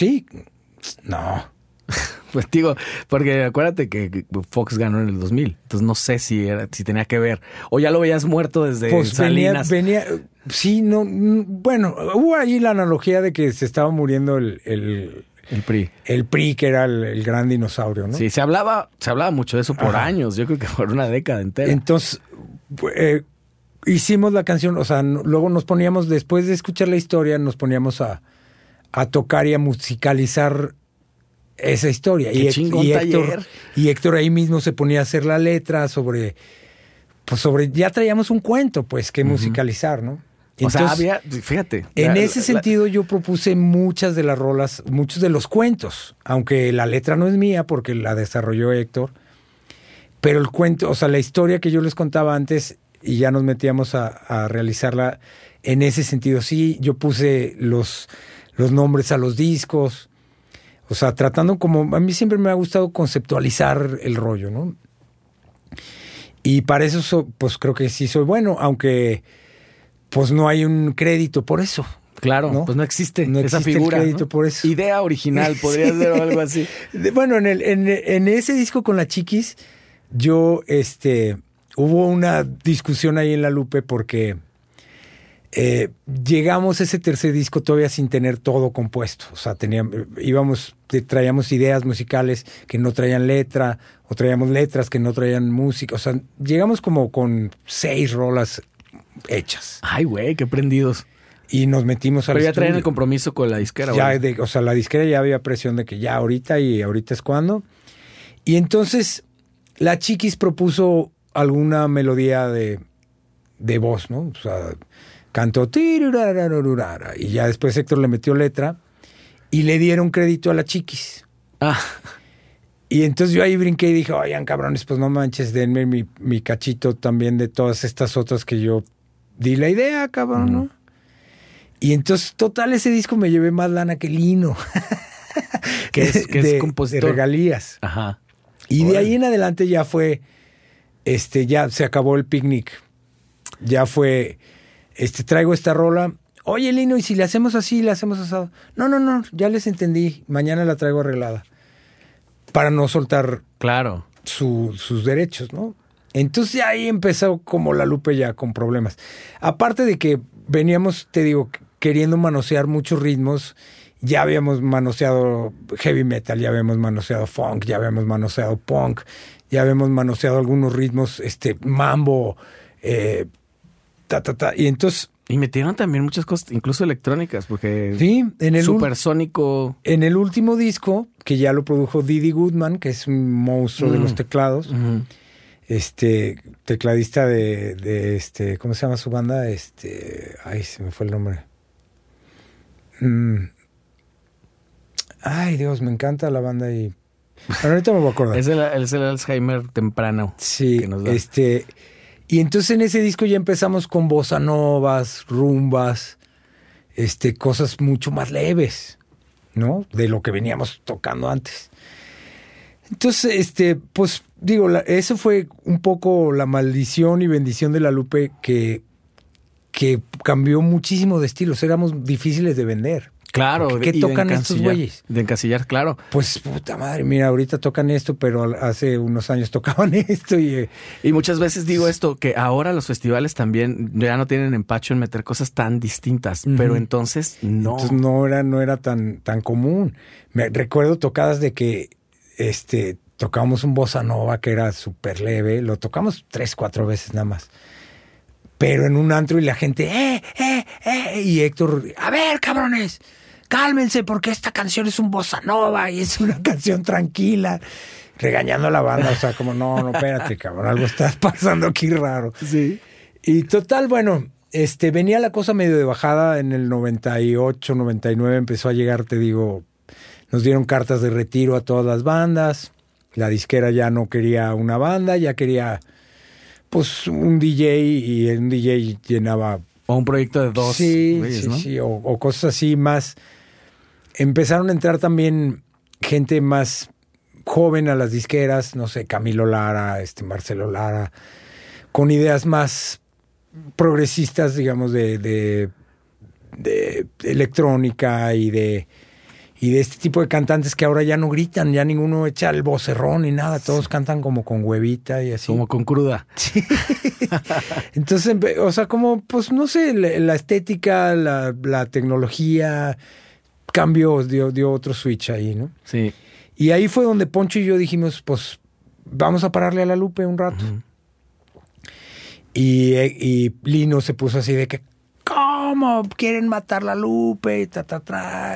no... Pues digo, porque acuérdate que Fox ganó en el 2000, entonces no sé si tenía que ver, o ya lo veías muerto desde pues Salinas. Venía, sí, no, bueno, hubo ahí la analogía de que se estaba muriendo el PRI. El PRI, que era el gran dinosaurio, ¿no? Sí, se hablaba mucho de eso por años, yo creo que por una década entera. Entonces, hicimos la canción, o sea, luego nos poníamos, después de escuchar la historia, nos poníamos a tocar y a musicalizar esa historia. Qué chingón taller. Y Héctor ahí mismo se ponía a hacer la letra sobre, ya traíamos un cuento, pues, que musicalizar, ¿no? Entonces, fíjate. En ese sentido yo propuse muchas de las rolas, muchos de los cuentos, aunque la letra no es mía porque la desarrolló Héctor, pero el cuento, o sea, la historia que yo les contaba antes y ya nos metíamos a realizarla en ese sentido. Sí, yo puse los nombres a los discos, o sea, tratando como, a mí siempre me ha gustado conceptualizar el rollo, ¿no? Y para eso, pues creo que sí soy bueno, aunque pues no hay un crédito por eso. Claro, ¿no? Pues no existe esa figura. El crédito, ¿no? Por eso. Idea original, podría ser o algo así. Bueno, en ese disco con la Chiquis, yo, hubo una discusión ahí en La Lupe porque llegamos a ese tercer disco todavía sin tener todo compuesto. O sea, traíamos ideas musicales que no traían letra, o traíamos letras que no traían música. O sea, llegamos como con 6 rolas hechas. Ay, güey, qué prendidos. Y nos metimos al Pero ya estudio. traían el compromiso con la disquera. Ya, o sea, la disquera ya había presión de que ya ahorita es cuando. Y entonces la Chiquis propuso alguna melodía de voz, ¿no? O sea, cantó y ya después Héctor le metió letra y le dieron crédito a la Chiquis. Ah. Y entonces yo ahí brinqué y dije, oigan, cabrones, pues no manches, denme mi cachito también de todas estas otras que yo di la idea, cabrón, ¿no? Y entonces, total, ese disco me llevé más lana que Lino. que es compositor. De regalías. Ajá. Y de ahí en adelante ya fue, ya se acabó el picnic. Ya fue, traigo esta rola. Oye, Lino, ¿y si le hacemos así, le hacemos asado? No, ya les entendí. Mañana la traigo arreglada. Para no soltar sus derechos, ¿no? Entonces ahí empezó como La Lupe ya con problemas. Aparte de que veníamos, te digo, queriendo manosear muchos ritmos. Ya habíamos manoseado heavy metal, ya habíamos manoseado funk, ya habíamos manoseado punk, ya habíamos manoseado algunos ritmos, mambo, y entonces... Y metieron también muchas cosas, incluso electrónicas, porque... Sí, en el... Supersónico... En el último disco, que ya lo produjo Didi Goodman, que es un monstruo de los teclados, tecladista de ¿cómo se llama su banda? Ay, se me fue el nombre. Ay, Dios, me encanta la banda y... Bueno, ahorita me voy a acordar. Es el Alzheimer temprano. Sí, que nos da. Y entonces en ese disco ya empezamos con bossa novas, rumbas, cosas mucho más leves, ¿no? De lo que veníamos tocando antes. Entonces, pues, digo, eso fue un poco la maldición y bendición de La Lupe que cambió muchísimo de estilos. Éramos difíciles de vender. Claro. ¿Qué tocan estos güeyes? De encasillar, claro. Pues, puta madre, mira, ahorita tocan esto, pero hace unos años tocaban esto. Y muchas veces digo esto, que ahora los festivales también ya no tienen empacho en meter cosas tan distintas, pero entonces no. Entonces no era tan común. Me recuerdo tocadas de que tocábamos un bossa nova que era súper leve, lo tocamos 3-4 veces nada más. Pero en un antro y la gente, y Héctor, a ver, cabrones, cálmense porque esta canción es un bossa nova y es una canción tranquila, regañando a la banda, o sea, como, no, espérate, cabrón, algo está pasando aquí raro. Sí. Y total, bueno, venía la cosa medio de bajada en el 98, 99, empezó a llegar, te digo, nos dieron cartas de retiro a todas las bandas, la disquera ya no quería una banda, ya quería... pues un DJ y un DJ llenaba... O un proyecto de 2 güeyes, ¿no? Sí, o cosas así más... Empezaron a entrar también gente más joven a las disqueras, no sé, Camilo Lara, Marcelo Lara, con ideas más progresistas, digamos, de electrónica y de este tipo de cantantes que ahora ya no gritan, ya ninguno echa el vocerrón ni nada, todos cantan como con huevita y así. Como con cruda. Sí. Entonces, o sea, como, pues, no sé, la estética, la tecnología, cambió, dio otro switch ahí, ¿no? Sí. Y ahí fue donde Poncho y yo dijimos, pues, vamos a pararle a La Lupe un rato. Uh-huh. Y Lino se puso así de que, ¿cómo? ¿Quieren matar La Lupe?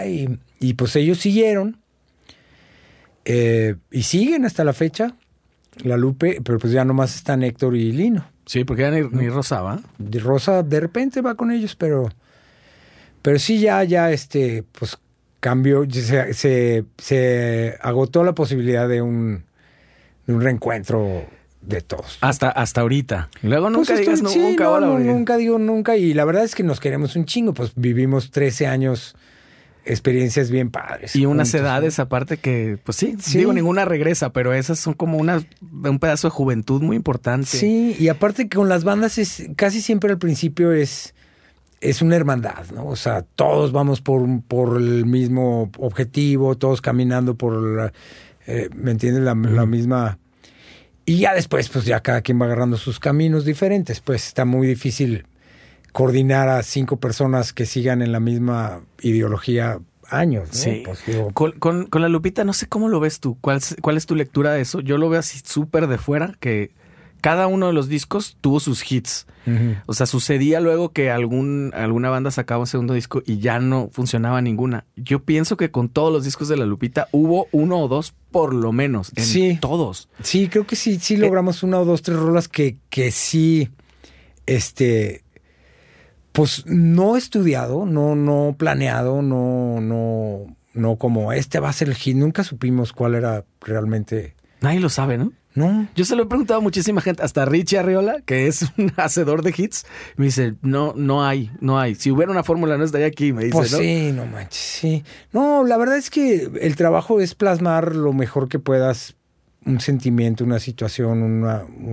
Y pues ellos siguieron. Y siguen hasta la fecha. La Lupe, pero pues ya nomás están Héctor y Lino. Sí, porque ya ni Rosa va. Rosa de repente va con ellos, pero sí ya, pues cambió, se agotó la posibilidad de un reencuentro de todos. Hasta ahorita. Luego nunca pues digas nunca. Nunca digo nunca, y la verdad es que nos queremos un chingo, pues vivimos 13 años, experiencias bien padres. Y unas edades aparte que, pues sí, digo, ninguna regresa, pero esas son como un pedazo de juventud muy importante. Sí, y aparte que con las bandas casi siempre al principio es una hermandad, ¿no? O sea, todos vamos por el mismo objetivo, todos caminando por ¿me entiendes? La misma. Y ya después, pues ya cada quien va agarrando sus caminos diferentes. Pues está muy difícil coordinar a 5 personas que sigan en la misma ideología años, ¿no? Sí. Pues, digo, con la Lupita, no sé cómo lo ves tú. ¿Cuál es tu lectura de eso? Yo lo veo así súper de fuera, que cada uno de los discos tuvo sus hits. Uh-huh. O sea, sucedía luego que alguna banda sacaba un segundo disco y ya no funcionaba ninguna. Yo pienso que con todos los discos de la Lupita hubo 1 o 2 por lo menos, en todos. Sí, creo que sí logramos 1 o 2, 3 rolas que sí, pues no estudiado, no planeado, no como va a ser el hit. Nunca supimos cuál era realmente. Nadie lo sabe, ¿no? No. Yo se lo he preguntado a muchísima gente, hasta Richie Arriola, que es un hacedor de hits, me dice, no hay. Si hubiera una fórmula no estaría aquí, me dice, pues ¿no? Sí, no manches, sí. No, la verdad es que el trabajo es plasmar lo mejor que puedas un sentimiento, una situación,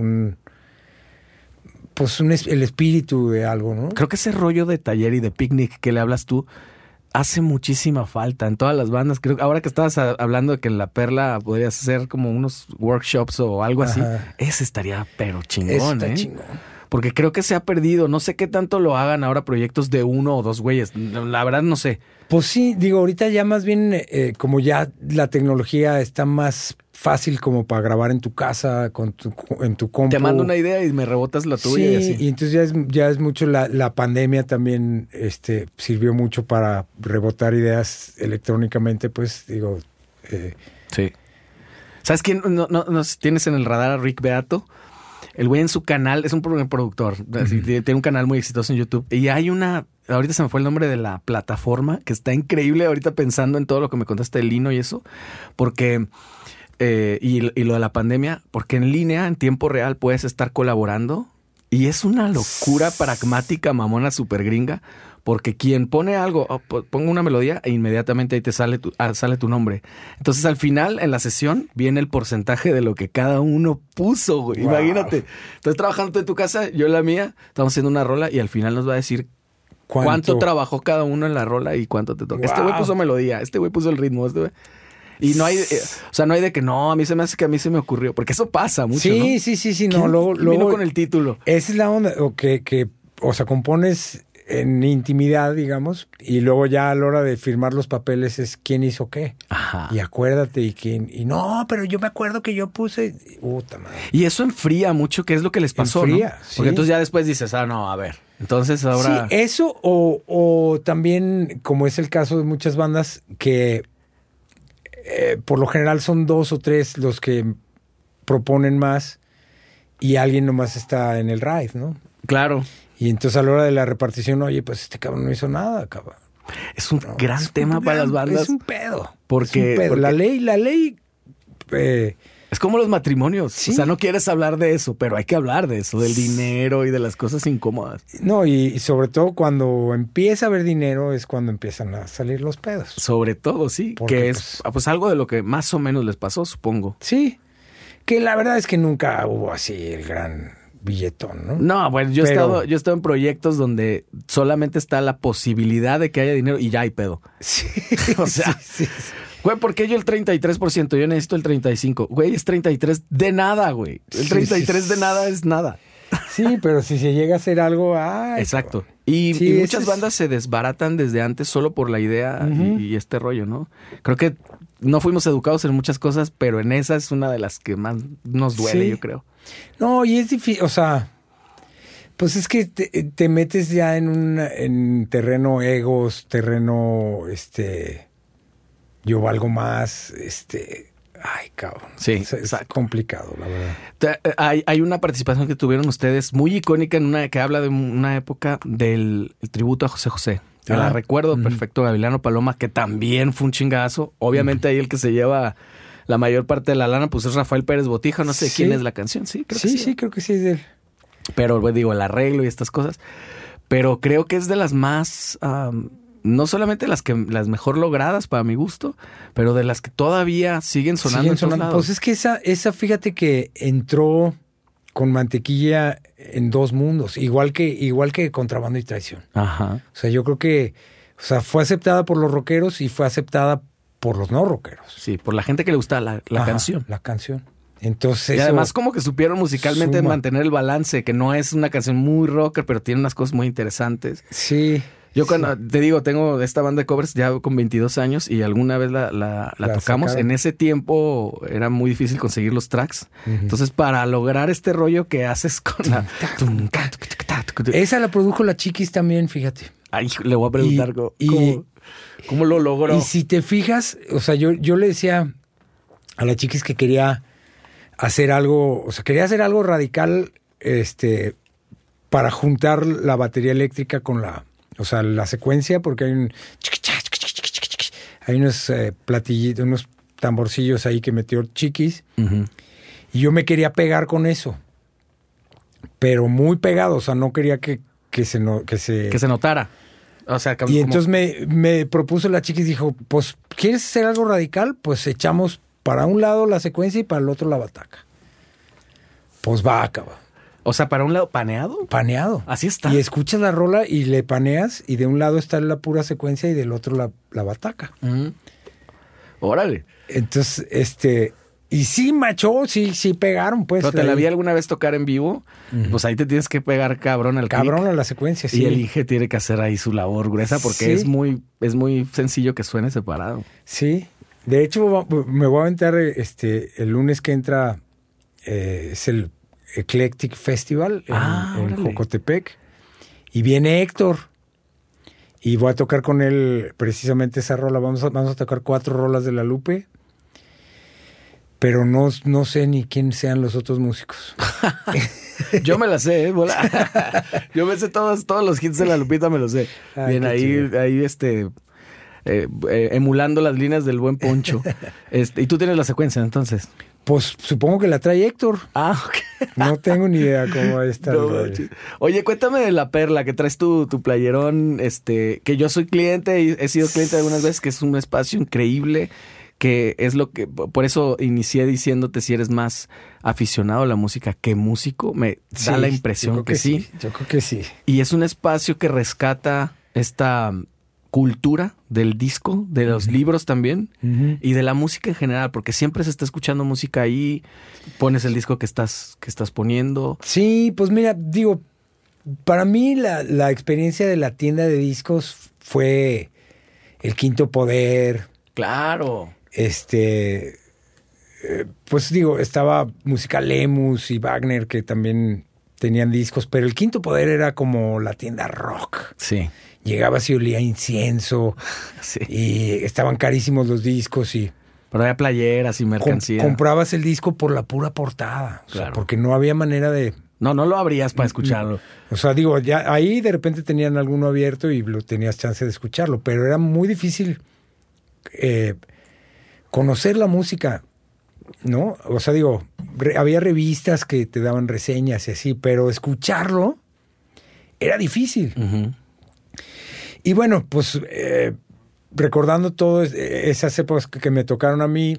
el espíritu de algo, ¿no? Creo que ese rollo de taller y de picnic que le hablas tú hace muchísima falta en todas las bandas. Creo que ahora que estabas hablando de que en La Perla podrías hacer como unos workshops o algo así, ese estaría pero chingón, Está chingón. Porque creo que se ha perdido. No sé qué tanto lo hagan ahora proyectos de 1 o 2 güeyes. La verdad no sé. Pues sí, digo, ahorita ya más bien como ya la tecnología está más fácil como para grabar en tu casa, en tu compu. Te mando una idea y me rebotas la tuya. Sí, y así. Y entonces ya es mucho, la pandemia también sirvió mucho para rebotar ideas electrónicamente, pues digo. Sí. ¿Sabes quién no tienes en el radar a Rick Beato? El güey en su canal, es un productor, así, tiene un canal muy exitoso en YouTube. Y hay ahorita se me fue el nombre de la plataforma, que está increíble ahorita pensando en todo lo que me contaste de Lino y eso, porque, y lo de la pandemia, porque en línea, en tiempo real, puedes estar colaborando y es una locura pragmática, mamona, super gringa, porque quien pone algo, pongo una melodía e inmediatamente ahí te sale tu nombre. Entonces al final, en la sesión, viene el porcentaje de lo que cada uno puso, güey. Wow. Imagínate. Estás trabajando tú en tu casa, yo en la mía, estamos haciendo una rola y al final nos va a decir cuánto trabajó cada uno en la rola y cuánto te toca. Wow. Este güey puso melodía, este güey puso el ritmo, este güey. Y no hay, no hay de que no, a mí se me hace que a mí se me ocurrió, porque eso pasa mucho, sí, ¿no? Sí, no, luego vino con el título. Esa es la onda, o sea, compones en intimidad, digamos, y luego ya a la hora de firmar los papeles es quién hizo qué. Ajá. Y acuérdate y no, pero yo me acuerdo que yo puse. Puta madre. Y eso enfría mucho, ¿qué es lo que les pasó? Enfría, ¿no? Porque entonces ya después dices, no, a ver. Entonces ahora. Sí, eso o también, como es el caso de muchas bandas, que por lo general son 2 o 3 los que proponen más y alguien nomás está en el ride, ¿no? Claro. Y entonces a la hora de la repartición, oye, pues este cabrón no hizo nada, cabrón. Es un gran tema para las bandas. Es un pedo. Porque, es un pedo. La ley. Es como los matrimonios. ¿Sí? O sea, no quieres hablar de eso, pero hay que hablar de eso, del dinero y de las cosas incómodas. No, y sobre todo cuando empieza a haber dinero es cuando empiezan a salir los pedos. Sobre todo, sí. Porque que es pues algo de lo que más o menos les pasó, supongo. Sí. Que la verdad es que nunca hubo así el gran billetón, ¿no? No, bueno, yo he estado en proyectos donde solamente está la posibilidad de que haya dinero y ya hay pedo. Sí. O sea, sí. Güey, ¿por qué yo el 33%? Yo necesito el 35%. Güey, es 33 de nada, güey. El 33 de nada es nada. Sí, pero si se llega a hacer algo... ¡ay! Exacto. Y muchas bandas se desbaratan desde antes solo por la idea y este rollo, ¿no? Creo que no fuimos educados en muchas cosas, pero en esa es una de las que más nos duele, yo creo. No, y es difícil, o sea, pues es que te metes ya en terreno egos, terreno, yo valgo más, Ay, cabrón. Sí, es complicado, la verdad. Hay una participación que tuvieron ustedes muy icónica que habla de una época del tributo a José José. Yo la recuerdo perfecto, Gavilano Paloma, que también fue un chingazo. Obviamente ahí el que se lleva la mayor parte de la lana, pues es Rafael Pérez Botija. No sé quién es la canción. Sí, creo que sí. Creo que sí es de él. Pero digo, el arreglo y estas cosas. Pero creo que es de las más... no solamente las mejor logradas para mi gusto, pero de las que todavía siguen sonando en todos lados. Pues es que esa fíjate que entró con mantequilla en dos mundos, igual que Contrabando y Traición. Ajá. O sea, yo creo que fue aceptada por los rockeros y fue aceptada por los no rockeros. Sí, por la gente que le gusta la canción. La canción. Entonces, y además como que supieron musicalmente mantener el balance, que no es una canción muy rocker, pero tiene unas cosas muy interesantes. Sí. Yo cuando te digo, tengo esta banda de covers ya con 22 años y alguna vez la tocamos. Sacaron. En ese tiempo era muy difícil conseguir los tracks. Entonces, para lograr este rollo que haces con la... Esa la produjo la Chiquis también, fíjate. Ay, le voy a preguntar cómo lo logró. Y si te fijas, o sea, yo le decía a la Chiquis que quería hacer algo, quería hacer algo radical, para juntar la batería eléctrica con la secuencia, porque hay unos platillitos, unos tamborcillos ahí que metió Chiquis, y yo me quería pegar con eso, pero muy pegado, o sea, no quería que se notara. O sea, y entonces me propuso la Chiquis, dijo, pues, ¿quieres hacer algo radical? Pues echamos para un lado la secuencia y para el otro la bataca. Pues va, cabrón. O sea, para un lado, ¿paneado? Paneado. Así está. Y escuchas la rola y le paneas y de un lado está la pura secuencia y del otro la bataca. Órale. Entonces, y sí, macho, sí pegaron, pues. Pero te la vi alguna vez tocar en vivo, pues ahí te tienes que pegar cabrón al click. Cabrón a la secuencia, sí. Y el Inge tiene que hacer ahí su labor gruesa porque es muy sencillo que suene separado. Sí. De hecho, me voy a aventar el lunes que entra, es el Eclectic Festival en Jocotepec. Y viene Héctor. Y voy a tocar con él precisamente esa rola. Vamos a tocar 4 rolas de La Lupe. Pero no sé ni quién sean los otros músicos. Yo me la sé, Yo me sé todos los hits de La Lupita, me los sé. Ay, bien, ahí emulando las líneas del buen Poncho. Y tú tienes la secuencia, entonces. Pues supongo que la trae Héctor. Ok. No tengo ni idea cómo va a estar. Oye, cuéntame de La Perla, que traes tu playerón, que yo soy cliente y he sido cliente algunas veces, que es un espacio increíble, que es lo que, por eso inicié diciéndote si eres más aficionado a la música que músico. Me da la impresión que sí. Yo creo que sí. Y es un espacio que rescata esta cultura del disco, de los libros también, y de la música en general, porque siempre se está escuchando música ahí, pones el disco que estás poniendo. Sí, pues mira, digo, para mí la experiencia de la tienda de discos fue El Quinto Poder. Claro. Pues digo, estaba Música Lemus y Wagner, que también tenían discos, pero El Quinto Poder era como la tienda rock. Sí. Llegabas y olía incienso. Sí. Y estaban carísimos los discos y... Pero había playeras y mercancía. Comprabas el disco por la pura portada. Claro. O sea, porque no había manera de... No lo abrías para escucharlo. O sea, digo, ya ahí de repente tenían alguno abierto y tenías chance de escucharlo. Pero era muy difícil conocer la música, ¿no? O sea, digo, había revistas que te daban reseñas y así, pero escucharlo era difícil. Y bueno, pues recordando todas esas épocas que me tocaron a mí,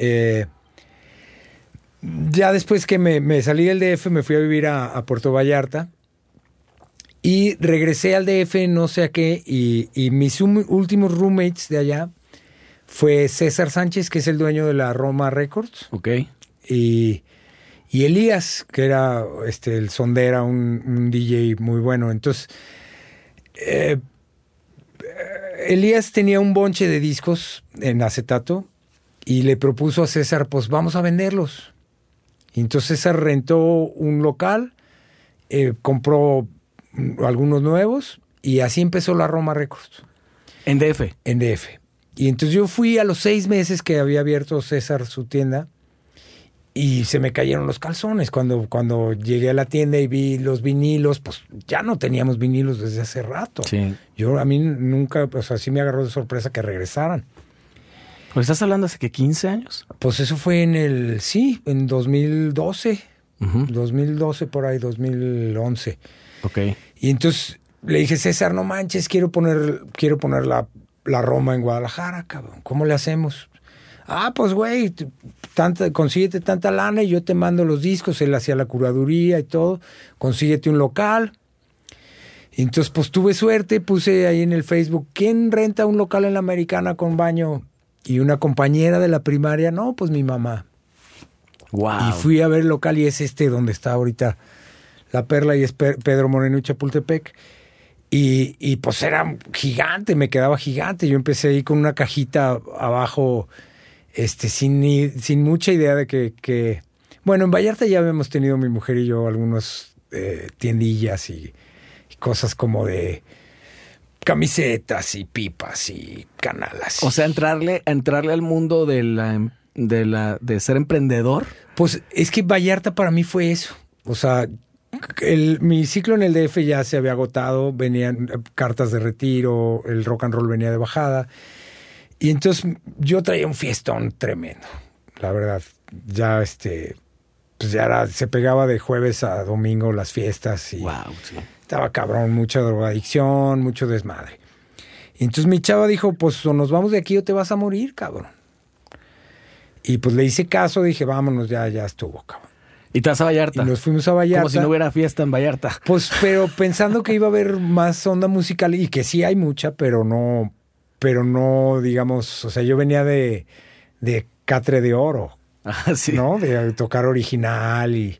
ya después que me salí del DF, me fui a vivir a Puerto Vallarta y regresé al DF, no sé a qué, y mis últimos roommates de allá fue César Sánchez, que es el dueño de la Roma Records. Ok. Y Elías, que era el Sondera, un DJ muy bueno. Entonces, Elías tenía un bonche de discos en acetato y le propuso a César, pues vamos a venderlos. Y entonces César rentó un local, compró algunos nuevos y así empezó la Roma Records. ¿En DF? En DF. Y entonces yo fui a los 6 meses que había abierto César su tienda y se me cayeron los calzones. Cuando llegué a la tienda y vi los vinilos, pues ya no teníamos vinilos desde hace rato. Sí. A mí nunca, o sea, sí me agarró de sorpresa que regresaran. ¿Pues estás hablando hace que 15 años? Pues eso fue en 2012. 2012 por ahí, 2011. Ok. Y entonces le dije, César, no manches, quiero poner la Roma en Guadalajara, cabrón. ¿Cómo le hacemos? Pues güey, consíguete tanta lana y yo te mando los discos. Él hacía la curaduría y todo. Consíguete un local. Y entonces pues tuve suerte, puse ahí en el Facebook, ¿quién renta un local en la Americana con baño? Y una compañera de la primaria, no, pues mi mamá. Wow. Y fui a ver el local y es donde está ahorita La Perla y es Pedro Moreno y Chapultepec. Y pues era gigante, me quedaba gigante. Yo empecé ahí con una cajita abajo, sin mucha idea de que... Bueno, en Vallarta ya habíamos tenido mi mujer y yo algunas tiendillas y cosas como de camisetas y pipas y canalas. O sea, entrarle al mundo de ser emprendedor. Pues es que Vallarta para mí fue eso. O sea, mi ciclo en el DF ya se había agotado, venían cartas de retiro, el rock and roll venía de bajada. Y entonces yo traía un fiestón tremendo, la verdad. Ya pues ya se pegaba de jueves a domingo las fiestas y wow, sí. Estaba cabrón, mucha drogadicción, mucho desmadre. Y entonces mi chava dijo, pues o nos vamos de aquí o te vas a morir, cabrón. Y pues le hice caso, dije, vámonos, ya estuvo, cabrón. ¿Y te vas a Vallarta? Y nos fuimos a Vallarta. Como si no hubiera fiesta en Vallarta. Pues, pero pensando que iba a haber más onda musical, y que sí hay mucha, pero no, digamos, o sea, yo venía de Catre de Oro, Sí. ¿no? De tocar original y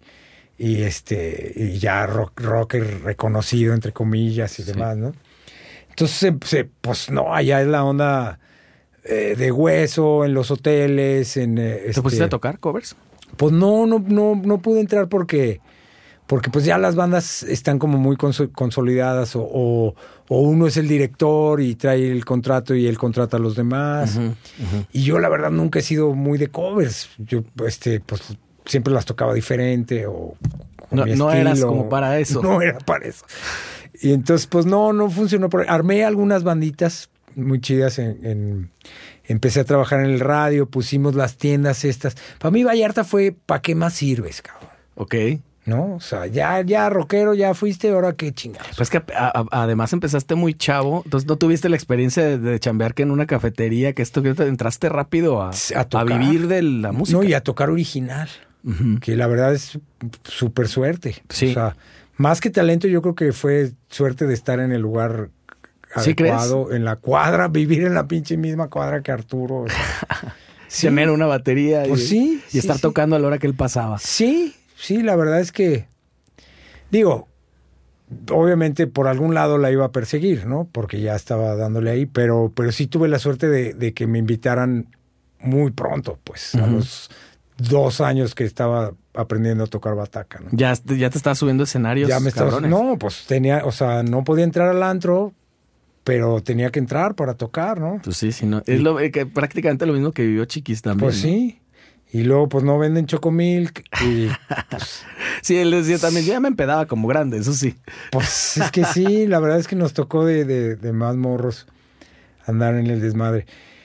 ya rocker reconocido, entre comillas, y demás, ¿no? Entonces, pues no, allá es la onda de hueso, en los hoteles, ¿Te pusiste a tocar covers? Pues no pude entrar porque pues ya las bandas están como muy consolidadas o uno es el director y trae el contrato y él contrata a los demás. Y yo la verdad nunca he sido muy de covers. Yo pues siempre las tocaba diferente o con mi estilo. Eras como para eso. No era para eso. Y entonces pues no funcionó. Armé algunas banditas muy chidas empecé a trabajar en el radio, pusimos las tiendas estas. Para mí Vallarta fue, ¿para qué más sirves, cabrón? Ok. ¿No? O sea, ya rockero, ya fuiste, ahora qué chingados. Pues que además empezaste muy chavo, entonces no tuviste la experiencia de chambear que en una cafetería, que entraste rápido a vivir de la música. No, y a tocar original, que la verdad es súper suerte. Sí. O sea, más que talento, yo creo que fue suerte de estar en el lugar adecuado, ¿sí, en la cuadra, vivir en la pinche misma cuadra que Arturo. O sea, sí. Tener una batería pues y estar tocando a la hora que él pasaba. Sí, la verdad es que, digo, obviamente por algún lado la iba a perseguir, ¿no? Porque ya estaba dándole ahí, pero sí tuve la suerte de que me invitaran muy pronto, pues, a los 2 años que estaba aprendiendo a tocar bataca, ¿no? Ya te estabas subiendo escenarios, ya me estaba, no, pues no podía entrar al antro, pero tenía que entrar para tocar, ¿no? Pues sí, no. Es prácticamente lo mismo que vivió Chiquis también. Pues ¿no? Sí. Y luego, pues, no venden Chocomilk y... Pues, sí, él decía también, yo ya me empedaba como grande, eso sí. Pues es que sí, la verdad es que nos tocó de más morros andar en el desmadre.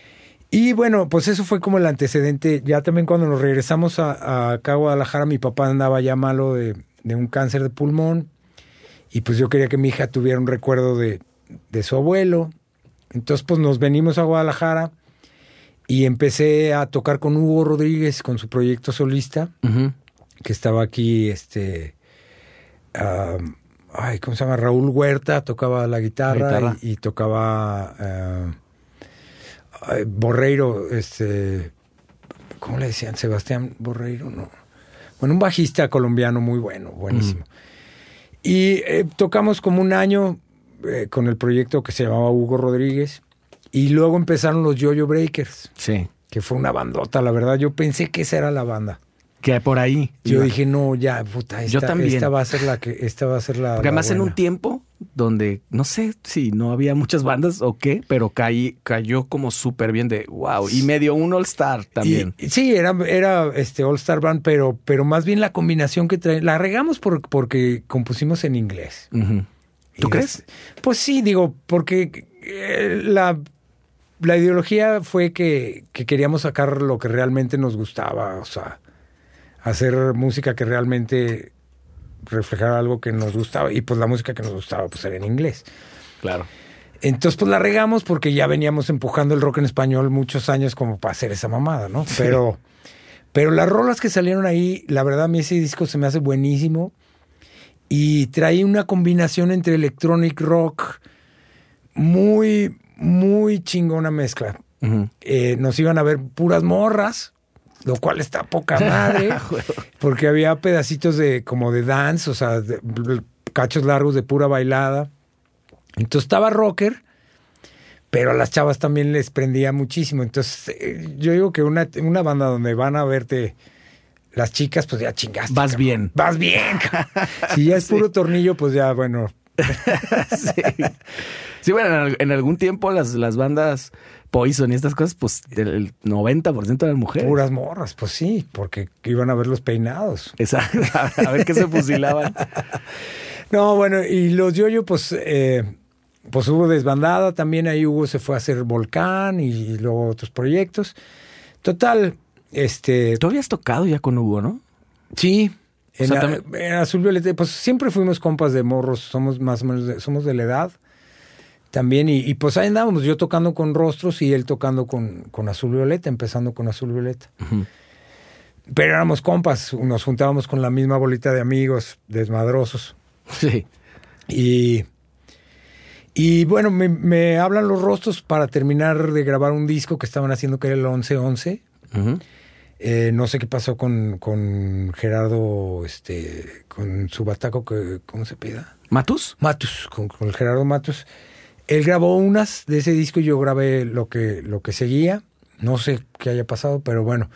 Y bueno, pues eso fue como el antecedente. Ya también cuando nos regresamos acá a Guadalajara, mi papá andaba ya malo de un cáncer de pulmón. Y pues yo quería que mi hija tuviera un recuerdo de su abuelo. Entonces, pues nos venimos a Guadalajara y empecé a tocar con Hugo Rodríguez, con su proyecto solista, que estaba aquí, ¿cómo se llama? Raúl Huerta tocaba la guitarra. Y tocaba Borreiro, ¿cómo le decían? Sebastián Borreiro, no. Bueno, un bajista colombiano muy bueno, buenísimo. Y tocamos como un año con el proyecto que se llamaba Hugo Rodríguez. Y luego empezaron los Yo-Yo Breakers. Sí. Que fue una bandota, la verdad. Yo pensé que esa era la banda. Que por ahí. Yo dije, no, ya, puta, esta va a ser la que, esta va a ser la. Porque además buena. En un tiempo donde, no sé si no había muchas bandas o qué, pero cayó como súper bien de wow. Y medio un All-Star también. Sí, era All-Star Band, pero más bien la combinación que trae. La regamos porque compusimos en inglés. Uh-huh. ¿Tú crees? Pues sí, digo, porque la ideología fue que queríamos sacar lo que realmente nos gustaba, o sea, hacer música que realmente reflejara algo que nos gustaba, y pues la música que nos gustaba pues era en inglés. Claro. Entonces pues la regamos porque ya veníamos empujando el rock en español muchos años como para hacer esa mamada, ¿no? Sí. Pero las rolas que salieron ahí, la verdad a mí ese disco se me hace buenísimo y trae una combinación entre electronic rock muy, muy chingona mezcla. Uh-huh. Nos iban a ver puras morras, lo cual está poca madre, porque había pedacitos como de dance, o sea, cachos largos de pura bailada. Entonces estaba rocker, pero a las chavas también les prendía muchísimo. Entonces yo digo que una banda donde van a verte las chicas, pues ya chingaste. Vas cabrón. Bien. Vas bien. Si ya es puro tornillo, pues ya, bueno. Sí, bueno, en algún tiempo las bandas Poison y estas cosas, pues el 90% eran mujeres. Puras morras, pues sí, porque iban a ver los peinados. Exacto, a ver qué se fusilaban. No, bueno, y los Yo-Yo, pues hubo desbandada, también ahí Hugo se fue a hacer Volcán y luego otros proyectos. Total, Tú habías tocado ya con Hugo, ¿no? Sí. En Azul Violeta, pues siempre fuimos compas de morros, somos más o menos, somos de la edad también, y pues ahí andábamos, yo tocando con Rostros y él tocando con Azul Violeta, empezando con Azul Violeta. Uh-huh. Pero éramos compas, nos juntábamos con la misma bolita de amigos desmadrosos. Sí. Y bueno, me hablan los Rostros para terminar de grabar un disco que estaban haciendo que era el 11-11. Uh-huh. No sé qué pasó con Gerardo, con su bataco, ¿cómo se pida? ¿Matus? Matus, con el Gerardo Matus. Él grabó unas de ese disco y yo grabé lo que seguía. No sé qué haya pasado, pero bueno.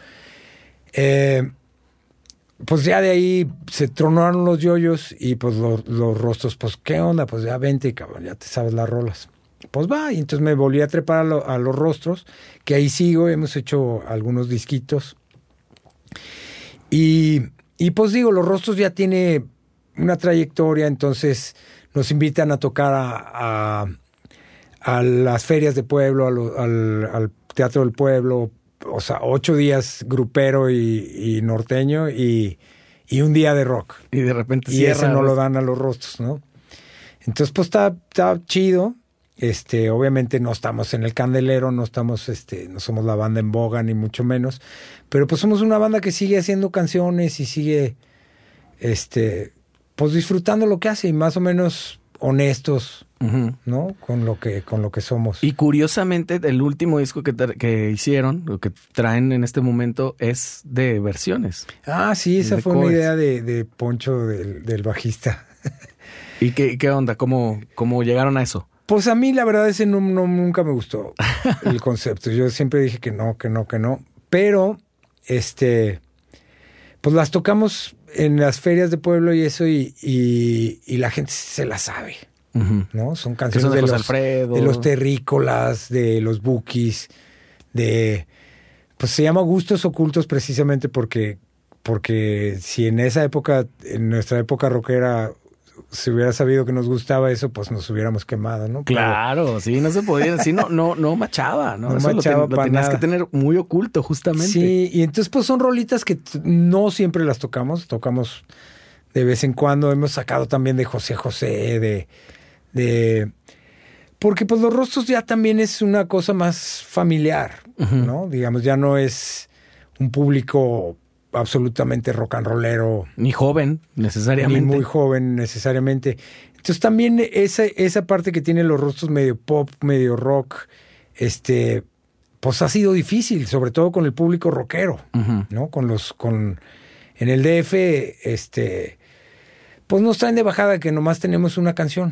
Pues ya de ahí se tronaron los Yoyos y pues los Rostros, pues ¿qué onda? Pues ya vente, cabrón, ya te sabes las rolas. Pues va, y entonces me volví a trepar a los Rostros, que ahí sigo, hemos hecho algunos disquitos. Y pues digo, los Rostros ya tiene una trayectoria, entonces nos invitan a tocar a las ferias de pueblo, al Teatro del Pueblo, o sea, 8 días grupero y norteño y un día de rock. Y de repente y ese no lo dan a los Rostros, ¿no? Entonces pues está chido. Obviamente no estamos en el candelero, no estamos, no somos la banda en boga ni mucho menos, pero pues somos una banda que sigue haciendo canciones y sigue, pues disfrutando lo que hace y más o menos honestos, uh-huh, ¿no? Con lo que somos. Y curiosamente el último disco que hicieron, lo que traen en este momento es de versiones. Ah, sí, esa fue una idea de Poncho, del bajista. ¿Y qué onda? ¿Cómo llegaron a eso? Pues a mí la verdad ese nunca me gustó el concepto. Yo siempre dije que no. Pero, pues las tocamos en las ferias de pueblo y eso y la gente se la sabe, uh-huh, ¿no? Son canciones de los terrícolas, de los Bukis, pues se llama Gustos Ocultos precisamente porque si en esa época, en nuestra época rockera, si hubiera sabido que nos gustaba eso, pues nos hubiéramos quemado, ¿no? Claro, pero, sí, no se podía, sí, no machaba, ¿no? No eso machaba lo tenías nada. Que tener muy oculto, justamente. Sí, y entonces pues son rolitas que no siempre las tocamos de vez en cuando. Hemos sacado también de José José, porque pues los Rostros ya también es una cosa más familiar, uh-huh, ¿no? Digamos, ya no es un público absolutamente rock and rollero. Ni joven, necesariamente. Ni muy joven, necesariamente. Entonces también esa parte que tiene los Rostros medio pop, medio rock, pues ha sido difícil, sobre todo con el público rockero, uh-huh, ¿no? En el DF, pues nos traen de bajada que nomás tenemos una canción.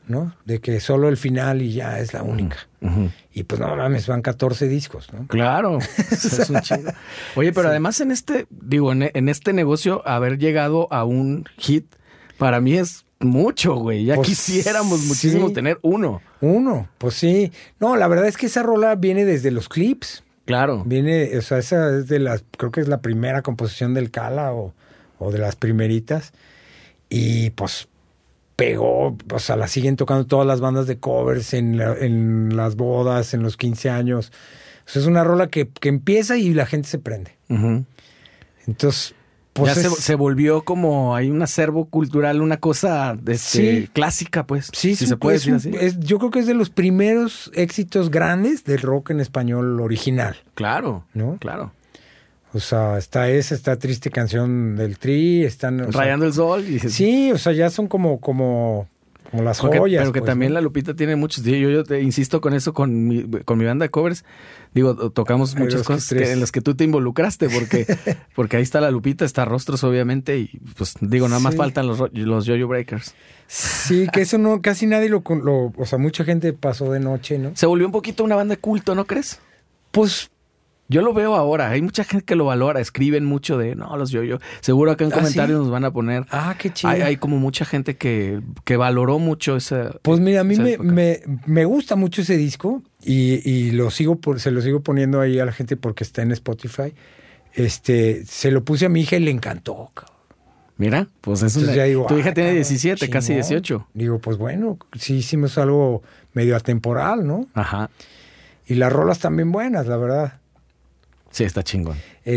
¿no? De que solo el final y ya es la única. Y pues no mames, van 14 discos, ¿no? Claro, es un chingo. Oye, pero además en este negocio, haber llegado a un hit, para mí es mucho, güey. Ya pues, quisiéramos muchísimo tener uno. Pues sí. No, la verdad es que esa rola viene desde los clips. Claro. Viene, o sea, esa es creo que es la primera composición del Cala o de las primeritas. Y pues pegó, o sea, la siguen tocando todas las bandas de covers en las bodas, en los 15 años. O sea, es una rola que empieza y la gente se prende. Entonces, pues ya se volvió como hay un acervo cultural, una cosa clásica, pues. Sí, si se puede decir así. Yo creo que es de los primeros éxitos grandes del rock en español original. Claro, ¿no? Claro. O sea, está Triste Canción del Tri, están... Rayando el Sol. Sí, o sea, ya son como las joyas. Pero que pues, también, ¿no? La Lupita tiene muchos. Yo te insisto con eso, con mi banda de covers. Digo, tocamos muchas cosas en las que tú te involucraste, porque ahí está la Lupita, está Rostros, obviamente, y pues digo, nada más faltan los Yo-Yo Breakers. Sí, que eso no, casi nadie o sea, mucha gente pasó de noche, ¿no? Se volvió un poquito una banda de culto, ¿no crees? Pues... Yo lo veo ahora, hay mucha gente que lo valora, escriben mucho de, no, los yo-yo. Seguro acá en comentarios nos van a poner. Qué chido. Hay como mucha gente que valoró mucho esa. Pues mira, a mí me gusta mucho ese disco y se lo sigo poniendo ahí a la gente porque está en Spotify. Se lo puse a mi hija y le encantó, cabrón. Mira, pues es tu hija tiene 17, chingón. Casi 18. Digo, pues bueno, sí hicimos algo medio atemporal, ¿no? Ajá. Y las rolas también buenas, la verdad. Sí, está chingón.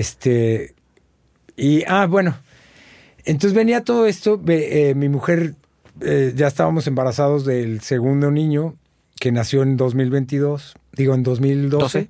Bueno. Entonces venía todo esto. Mi mujer, ya estábamos embarazados del segundo niño, que nació en 2022. Digo, en 2012.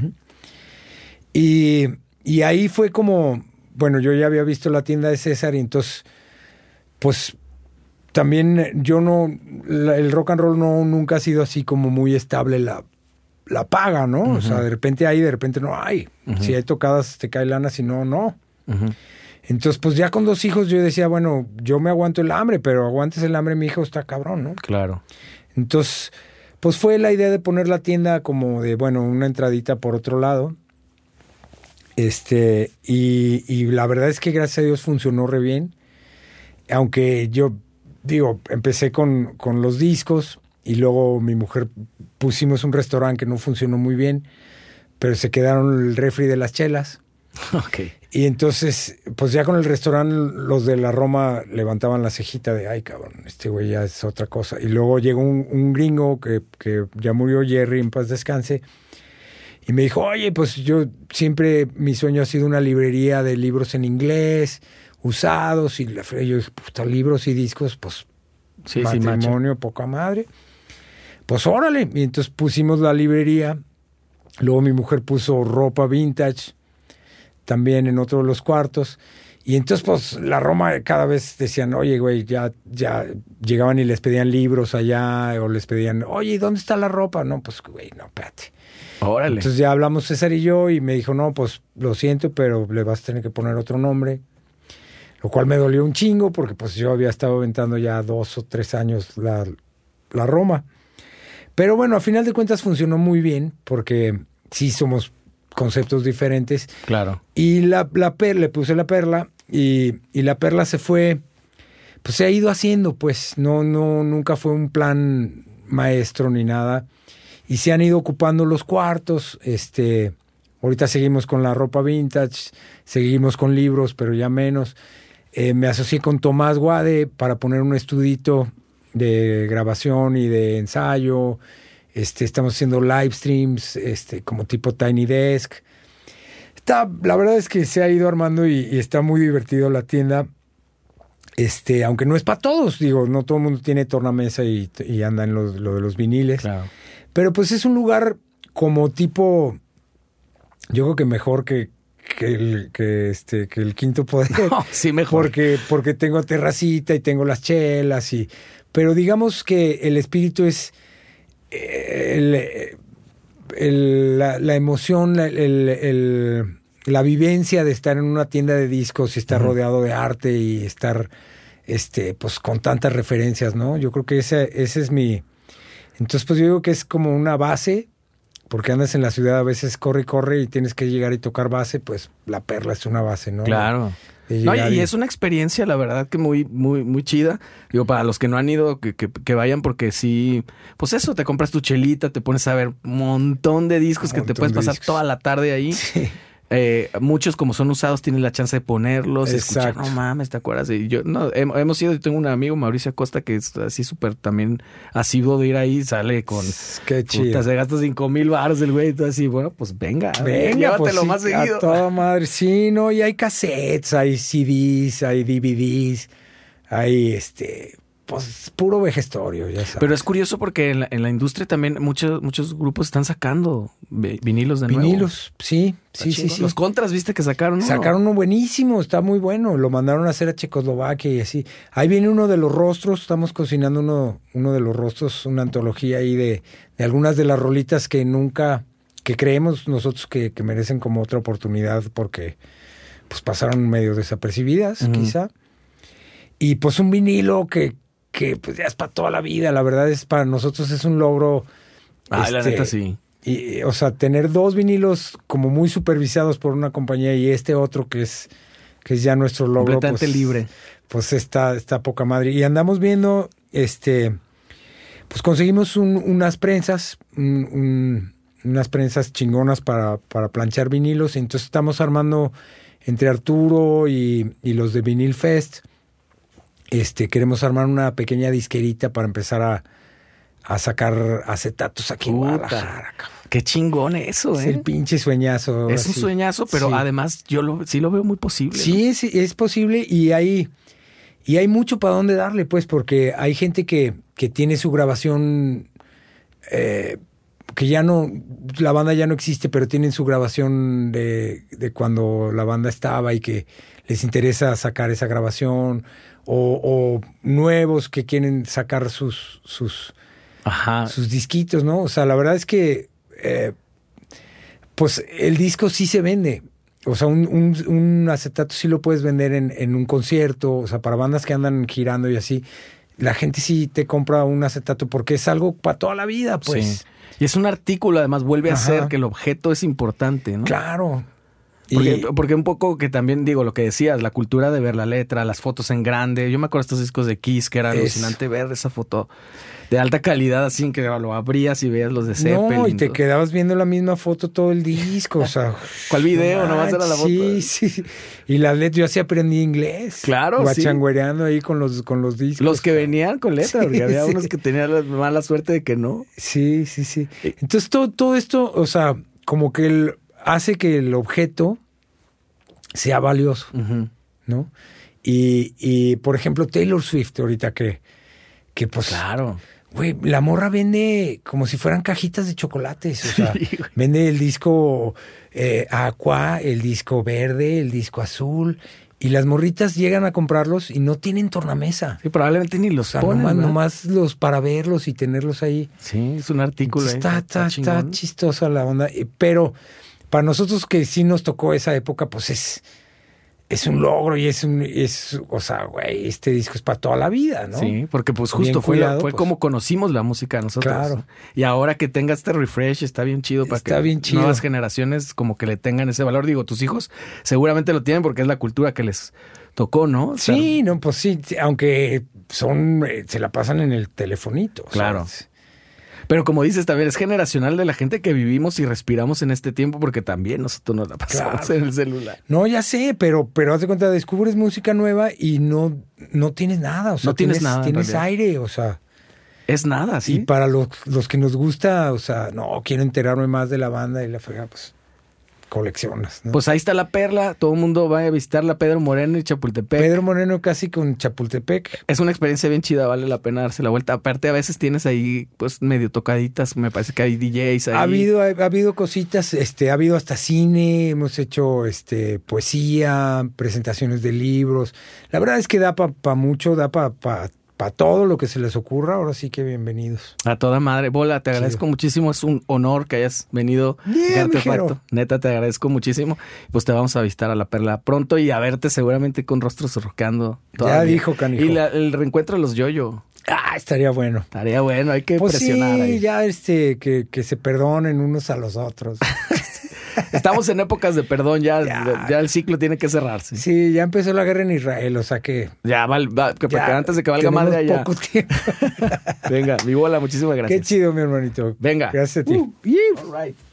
Y ahí fue como... Bueno, yo ya había visto la tienda de César y entonces... Pues... También el rock and roll nunca ha sido así como muy estable la paga, ¿no? O sea, de repente hay, de repente no hay. Si hay tocadas, te cae lana, si no, no. Entonces, pues ya con 2 hijos yo decía, bueno, yo me aguanto el hambre, pero aguantes el hambre, mi hijo está cabrón, ¿no? Claro. Entonces, pues fue la idea de poner la tienda como de, bueno, una entradita por otro lado. Y la verdad es que gracias a Dios funcionó re bien. Aunque yo, digo, empecé con los discos. Y luego mi mujer pusimos un restaurante que no funcionó muy bien, pero se quedaron el refri de las chelas. Okay. Y entonces, pues ya con el restaurante, los de la Roma levantaban la cejita de, ay, cabrón, este güey ya es otra cosa. Y luego llegó un gringo que ya murió, Jerry, en paz descanse, y me dijo, oye, pues yo siempre, mi sueño ha sido una librería de libros en inglés, usados, y yo dije, puta, libros y discos, pues sí, matrimonio, poca madre. Pues órale, y entonces pusimos la librería, luego mi mujer puso ropa vintage, también en otro de los cuartos, y entonces pues la Roma cada vez decían, oye güey, ya llegaban y les pedían libros allá, o les pedían, oye, ¿dónde está la ropa? No, pues güey, no, espérate. Órale. Entonces ya hablamos César y yo, y me dijo, no, pues lo siento, pero le vas a tener que poner otro nombre, lo cual me dolió un chingo, porque pues yo había estado aventando ya 2 o 3 años la Roma. Pero bueno, a final de cuentas funcionó muy bien, porque sí somos conceptos diferentes. Claro. Y le puse la Perla, y la Perla se fue, pues se ha ido haciendo, pues nunca fue un plan maestro ni nada. Y se han ido ocupando los cuartos. Ahorita seguimos con la ropa vintage, seguimos con libros, pero ya menos. Me asocié con Tomás Guade para poner un estudito de grabación y de ensayo. Estamos haciendo live streams, como tipo Tiny Desk. La verdad es que se ha ido armando y está muy divertido la tienda. Aunque no es para todos, digo, no todo el mundo tiene tornamesa y anda en lo de los viniles. Claro. Pero pues es un lugar como tipo, yo creo que mejor que el Quinto Poder. No, sí, mejor. Porque tengo terracita y tengo las chelas pero digamos que el espíritu es la emoción, la vivencia de estar en una tienda de discos y estar rodeado de arte y estar pues con tantas referencias, ¿no? Yo creo que ese es mi... Entonces, pues yo digo que es como una base, porque andas en la ciudad a veces corre y tienes que llegar y tocar base, pues la Perla es una base, ¿no? Claro. No, y es una experiencia, la verdad, que muy, muy, muy chida. Digo, para los que no han ido, que vayan, porque sí, pues eso, te compras tu chelita, te pones a ver un montón de discos que te puedes pasar toda la tarde ahí. Sí. Muchos, como son usados, tienen la chance de ponerlos y escuchar. No mames, ¿te acuerdas? Y yo, no, hemos ido, yo tengo un amigo, Mauricio Acosta, que es así súper también asiduo de ir ahí, sale con... Qué chido. Se gasta 5,000 baros el güey y todo así. Bueno, pues venga llévatelo pues sí, más seguido. A toda madre, sí, no, y hay cassettes, hay CDs, hay DVDs, hay pues puro vejestorio, ya sabes. Pero es curioso porque en la industria también muchos grupos están sacando vinilos de nuevo. Vinilos, sí. Los Contras, ¿viste que sacaron uno? Sacaron uno buenísimo, está muy bueno. Lo mandaron a hacer a Checoslovaquia y así. Ahí viene uno de los rostros, estamos cocinando uno de los rostros, una antología ahí de algunas de las rolitas que creemos nosotros que merecen como otra oportunidad porque pues pasaron medio desapercibidas, quizá. Y pues un vinilo que pues ya es para toda la vida, la verdad es para nosotros es un logro. La neta sí. Y, o sea, tener 2 vinilos como muy supervisados por una compañía y otro que es ya nuestro logro. Completamente libre. Pues está poca madre. Y andamos viendo, pues conseguimos unas prensas, unas prensas chingonas para planchar vinilos. Entonces estamos armando entre Arturo y los de Vinyl Fest. Queremos armar una pequeña disquerita para empezar a sacar acetatos aquí en Guadalajara. Qué chingón eso, Es el pinche sueñazo. Es un sueñazo, pero además yo sí lo veo muy posible. Sí, sí, es posible y hay mucho para dónde darle, pues, porque hay gente que tiene su grabación, que ya no, la banda ya no existe, pero tienen su grabación de cuando la banda estaba y que les interesa sacar esa grabación. O nuevos que quieren sacar sus disquitos, ¿no? O sea, la verdad es que pues el disco sí se vende. O sea, un acetato sí lo puedes vender en un concierto, o sea, para bandas que andan girando y así. La gente sí te compra un acetato porque es algo para toda la vida, pues. Sí. Y es un artículo, además, vuelve a ser que el objeto es importante, ¿no? Claro. Porque un poco que también digo lo que decías, la cultura de ver la letra, las fotos en grande. Yo me acuerdo de estos discos de Kiss que era alucinante ver esa foto de alta calidad, así en que lo abrías y veías los de Zeppelin. No, y te quedabas viendo la misma foto todo el disco, o sea. ¿Cuál video? Nomás era la foto. Sí. Y las letras, yo así aprendí inglés. Claro, guachangüereando ahí con los discos. Los que venían con letra, porque había unos que tenían la mala suerte de que no. Sí. Entonces todo esto, o sea, como que hace que el objeto sea valioso, ¿no? Y por ejemplo, Taylor Swift ahorita que pues... Claro. Güey, la morra vende como si fueran cajitas de chocolates, o sea, vende el disco Aqua, el disco verde, el disco azul, y las morritas llegan a comprarlos y no tienen tornamesa. Sí, probablemente ni los ponen, nomás los para verlos y tenerlos ahí. Sí, es un artículo. Está chistosa la onda, pero para nosotros que sí nos tocó esa época, pues es un logro y o sea, güey, este disco es para toda la vida, ¿no? Sí, porque pues justo fue pues, como conocimos la música nosotros. Claro. Y ahora que tenga este refresh está bien chido para nuevas generaciones como que le tengan ese valor. Digo, tus hijos seguramente lo tienen porque es la cultura que les tocó, ¿no? O sea, sí, no, pues sí, aunque se la pasan en el telefonito. Claro. ¿Sabes? Pero como dices, también es generacional de la gente que vivimos y respiramos en este tiempo porque también nosotros nos la pasamos en el celular. No, ya sé, pero haz de cuenta, descubres música nueva y no tienes nada. O sea, no tienes nada. Tienes aire, o sea. Es nada, sí. Y para los que nos gusta, o sea, no, quiero enterarme más de la banda y la fregada, pues coleccionas, ¿no? Pues ahí está la Perla, todo el mundo va a visitarla, Pedro Moreno y Chapultepec. Pedro Moreno casi con Chapultepec. Es una experiencia bien chida, vale la pena darse la vuelta. Aparte, a veces tienes ahí, pues, medio tocaditas, me parece que hay DJs ahí. Ha habido cositas, ha habido hasta cine, hemos hecho poesía, presentaciones de libros. La verdad es que da para mucho, da para para todo lo que se les ocurra, ahora sí que bienvenidos. A toda madre. Bola, te agradezco muchísimo. Es un honor que hayas venido a Artefacto. Neta, te agradezco muchísimo. Pues te vamos a visitar a La Perla pronto y a verte seguramente con Rostros Rockeando. Ya dijo, canijo. Y el reencuentro de los Yoyo. Estaría bueno. Estaría bueno, hay que presionar ahí. Ya que se perdonen unos a los otros. Estamos en épocas de perdón, ya el ciclo tiene que cerrarse. Sí, ya empezó la guerra en Israel, o sea que... Ya, antes de que valga madre allá. Poco tiempo. Venga, mi Bola, muchísimas gracias. Qué chido, mi hermanito. Venga. Gracias a ti. All right.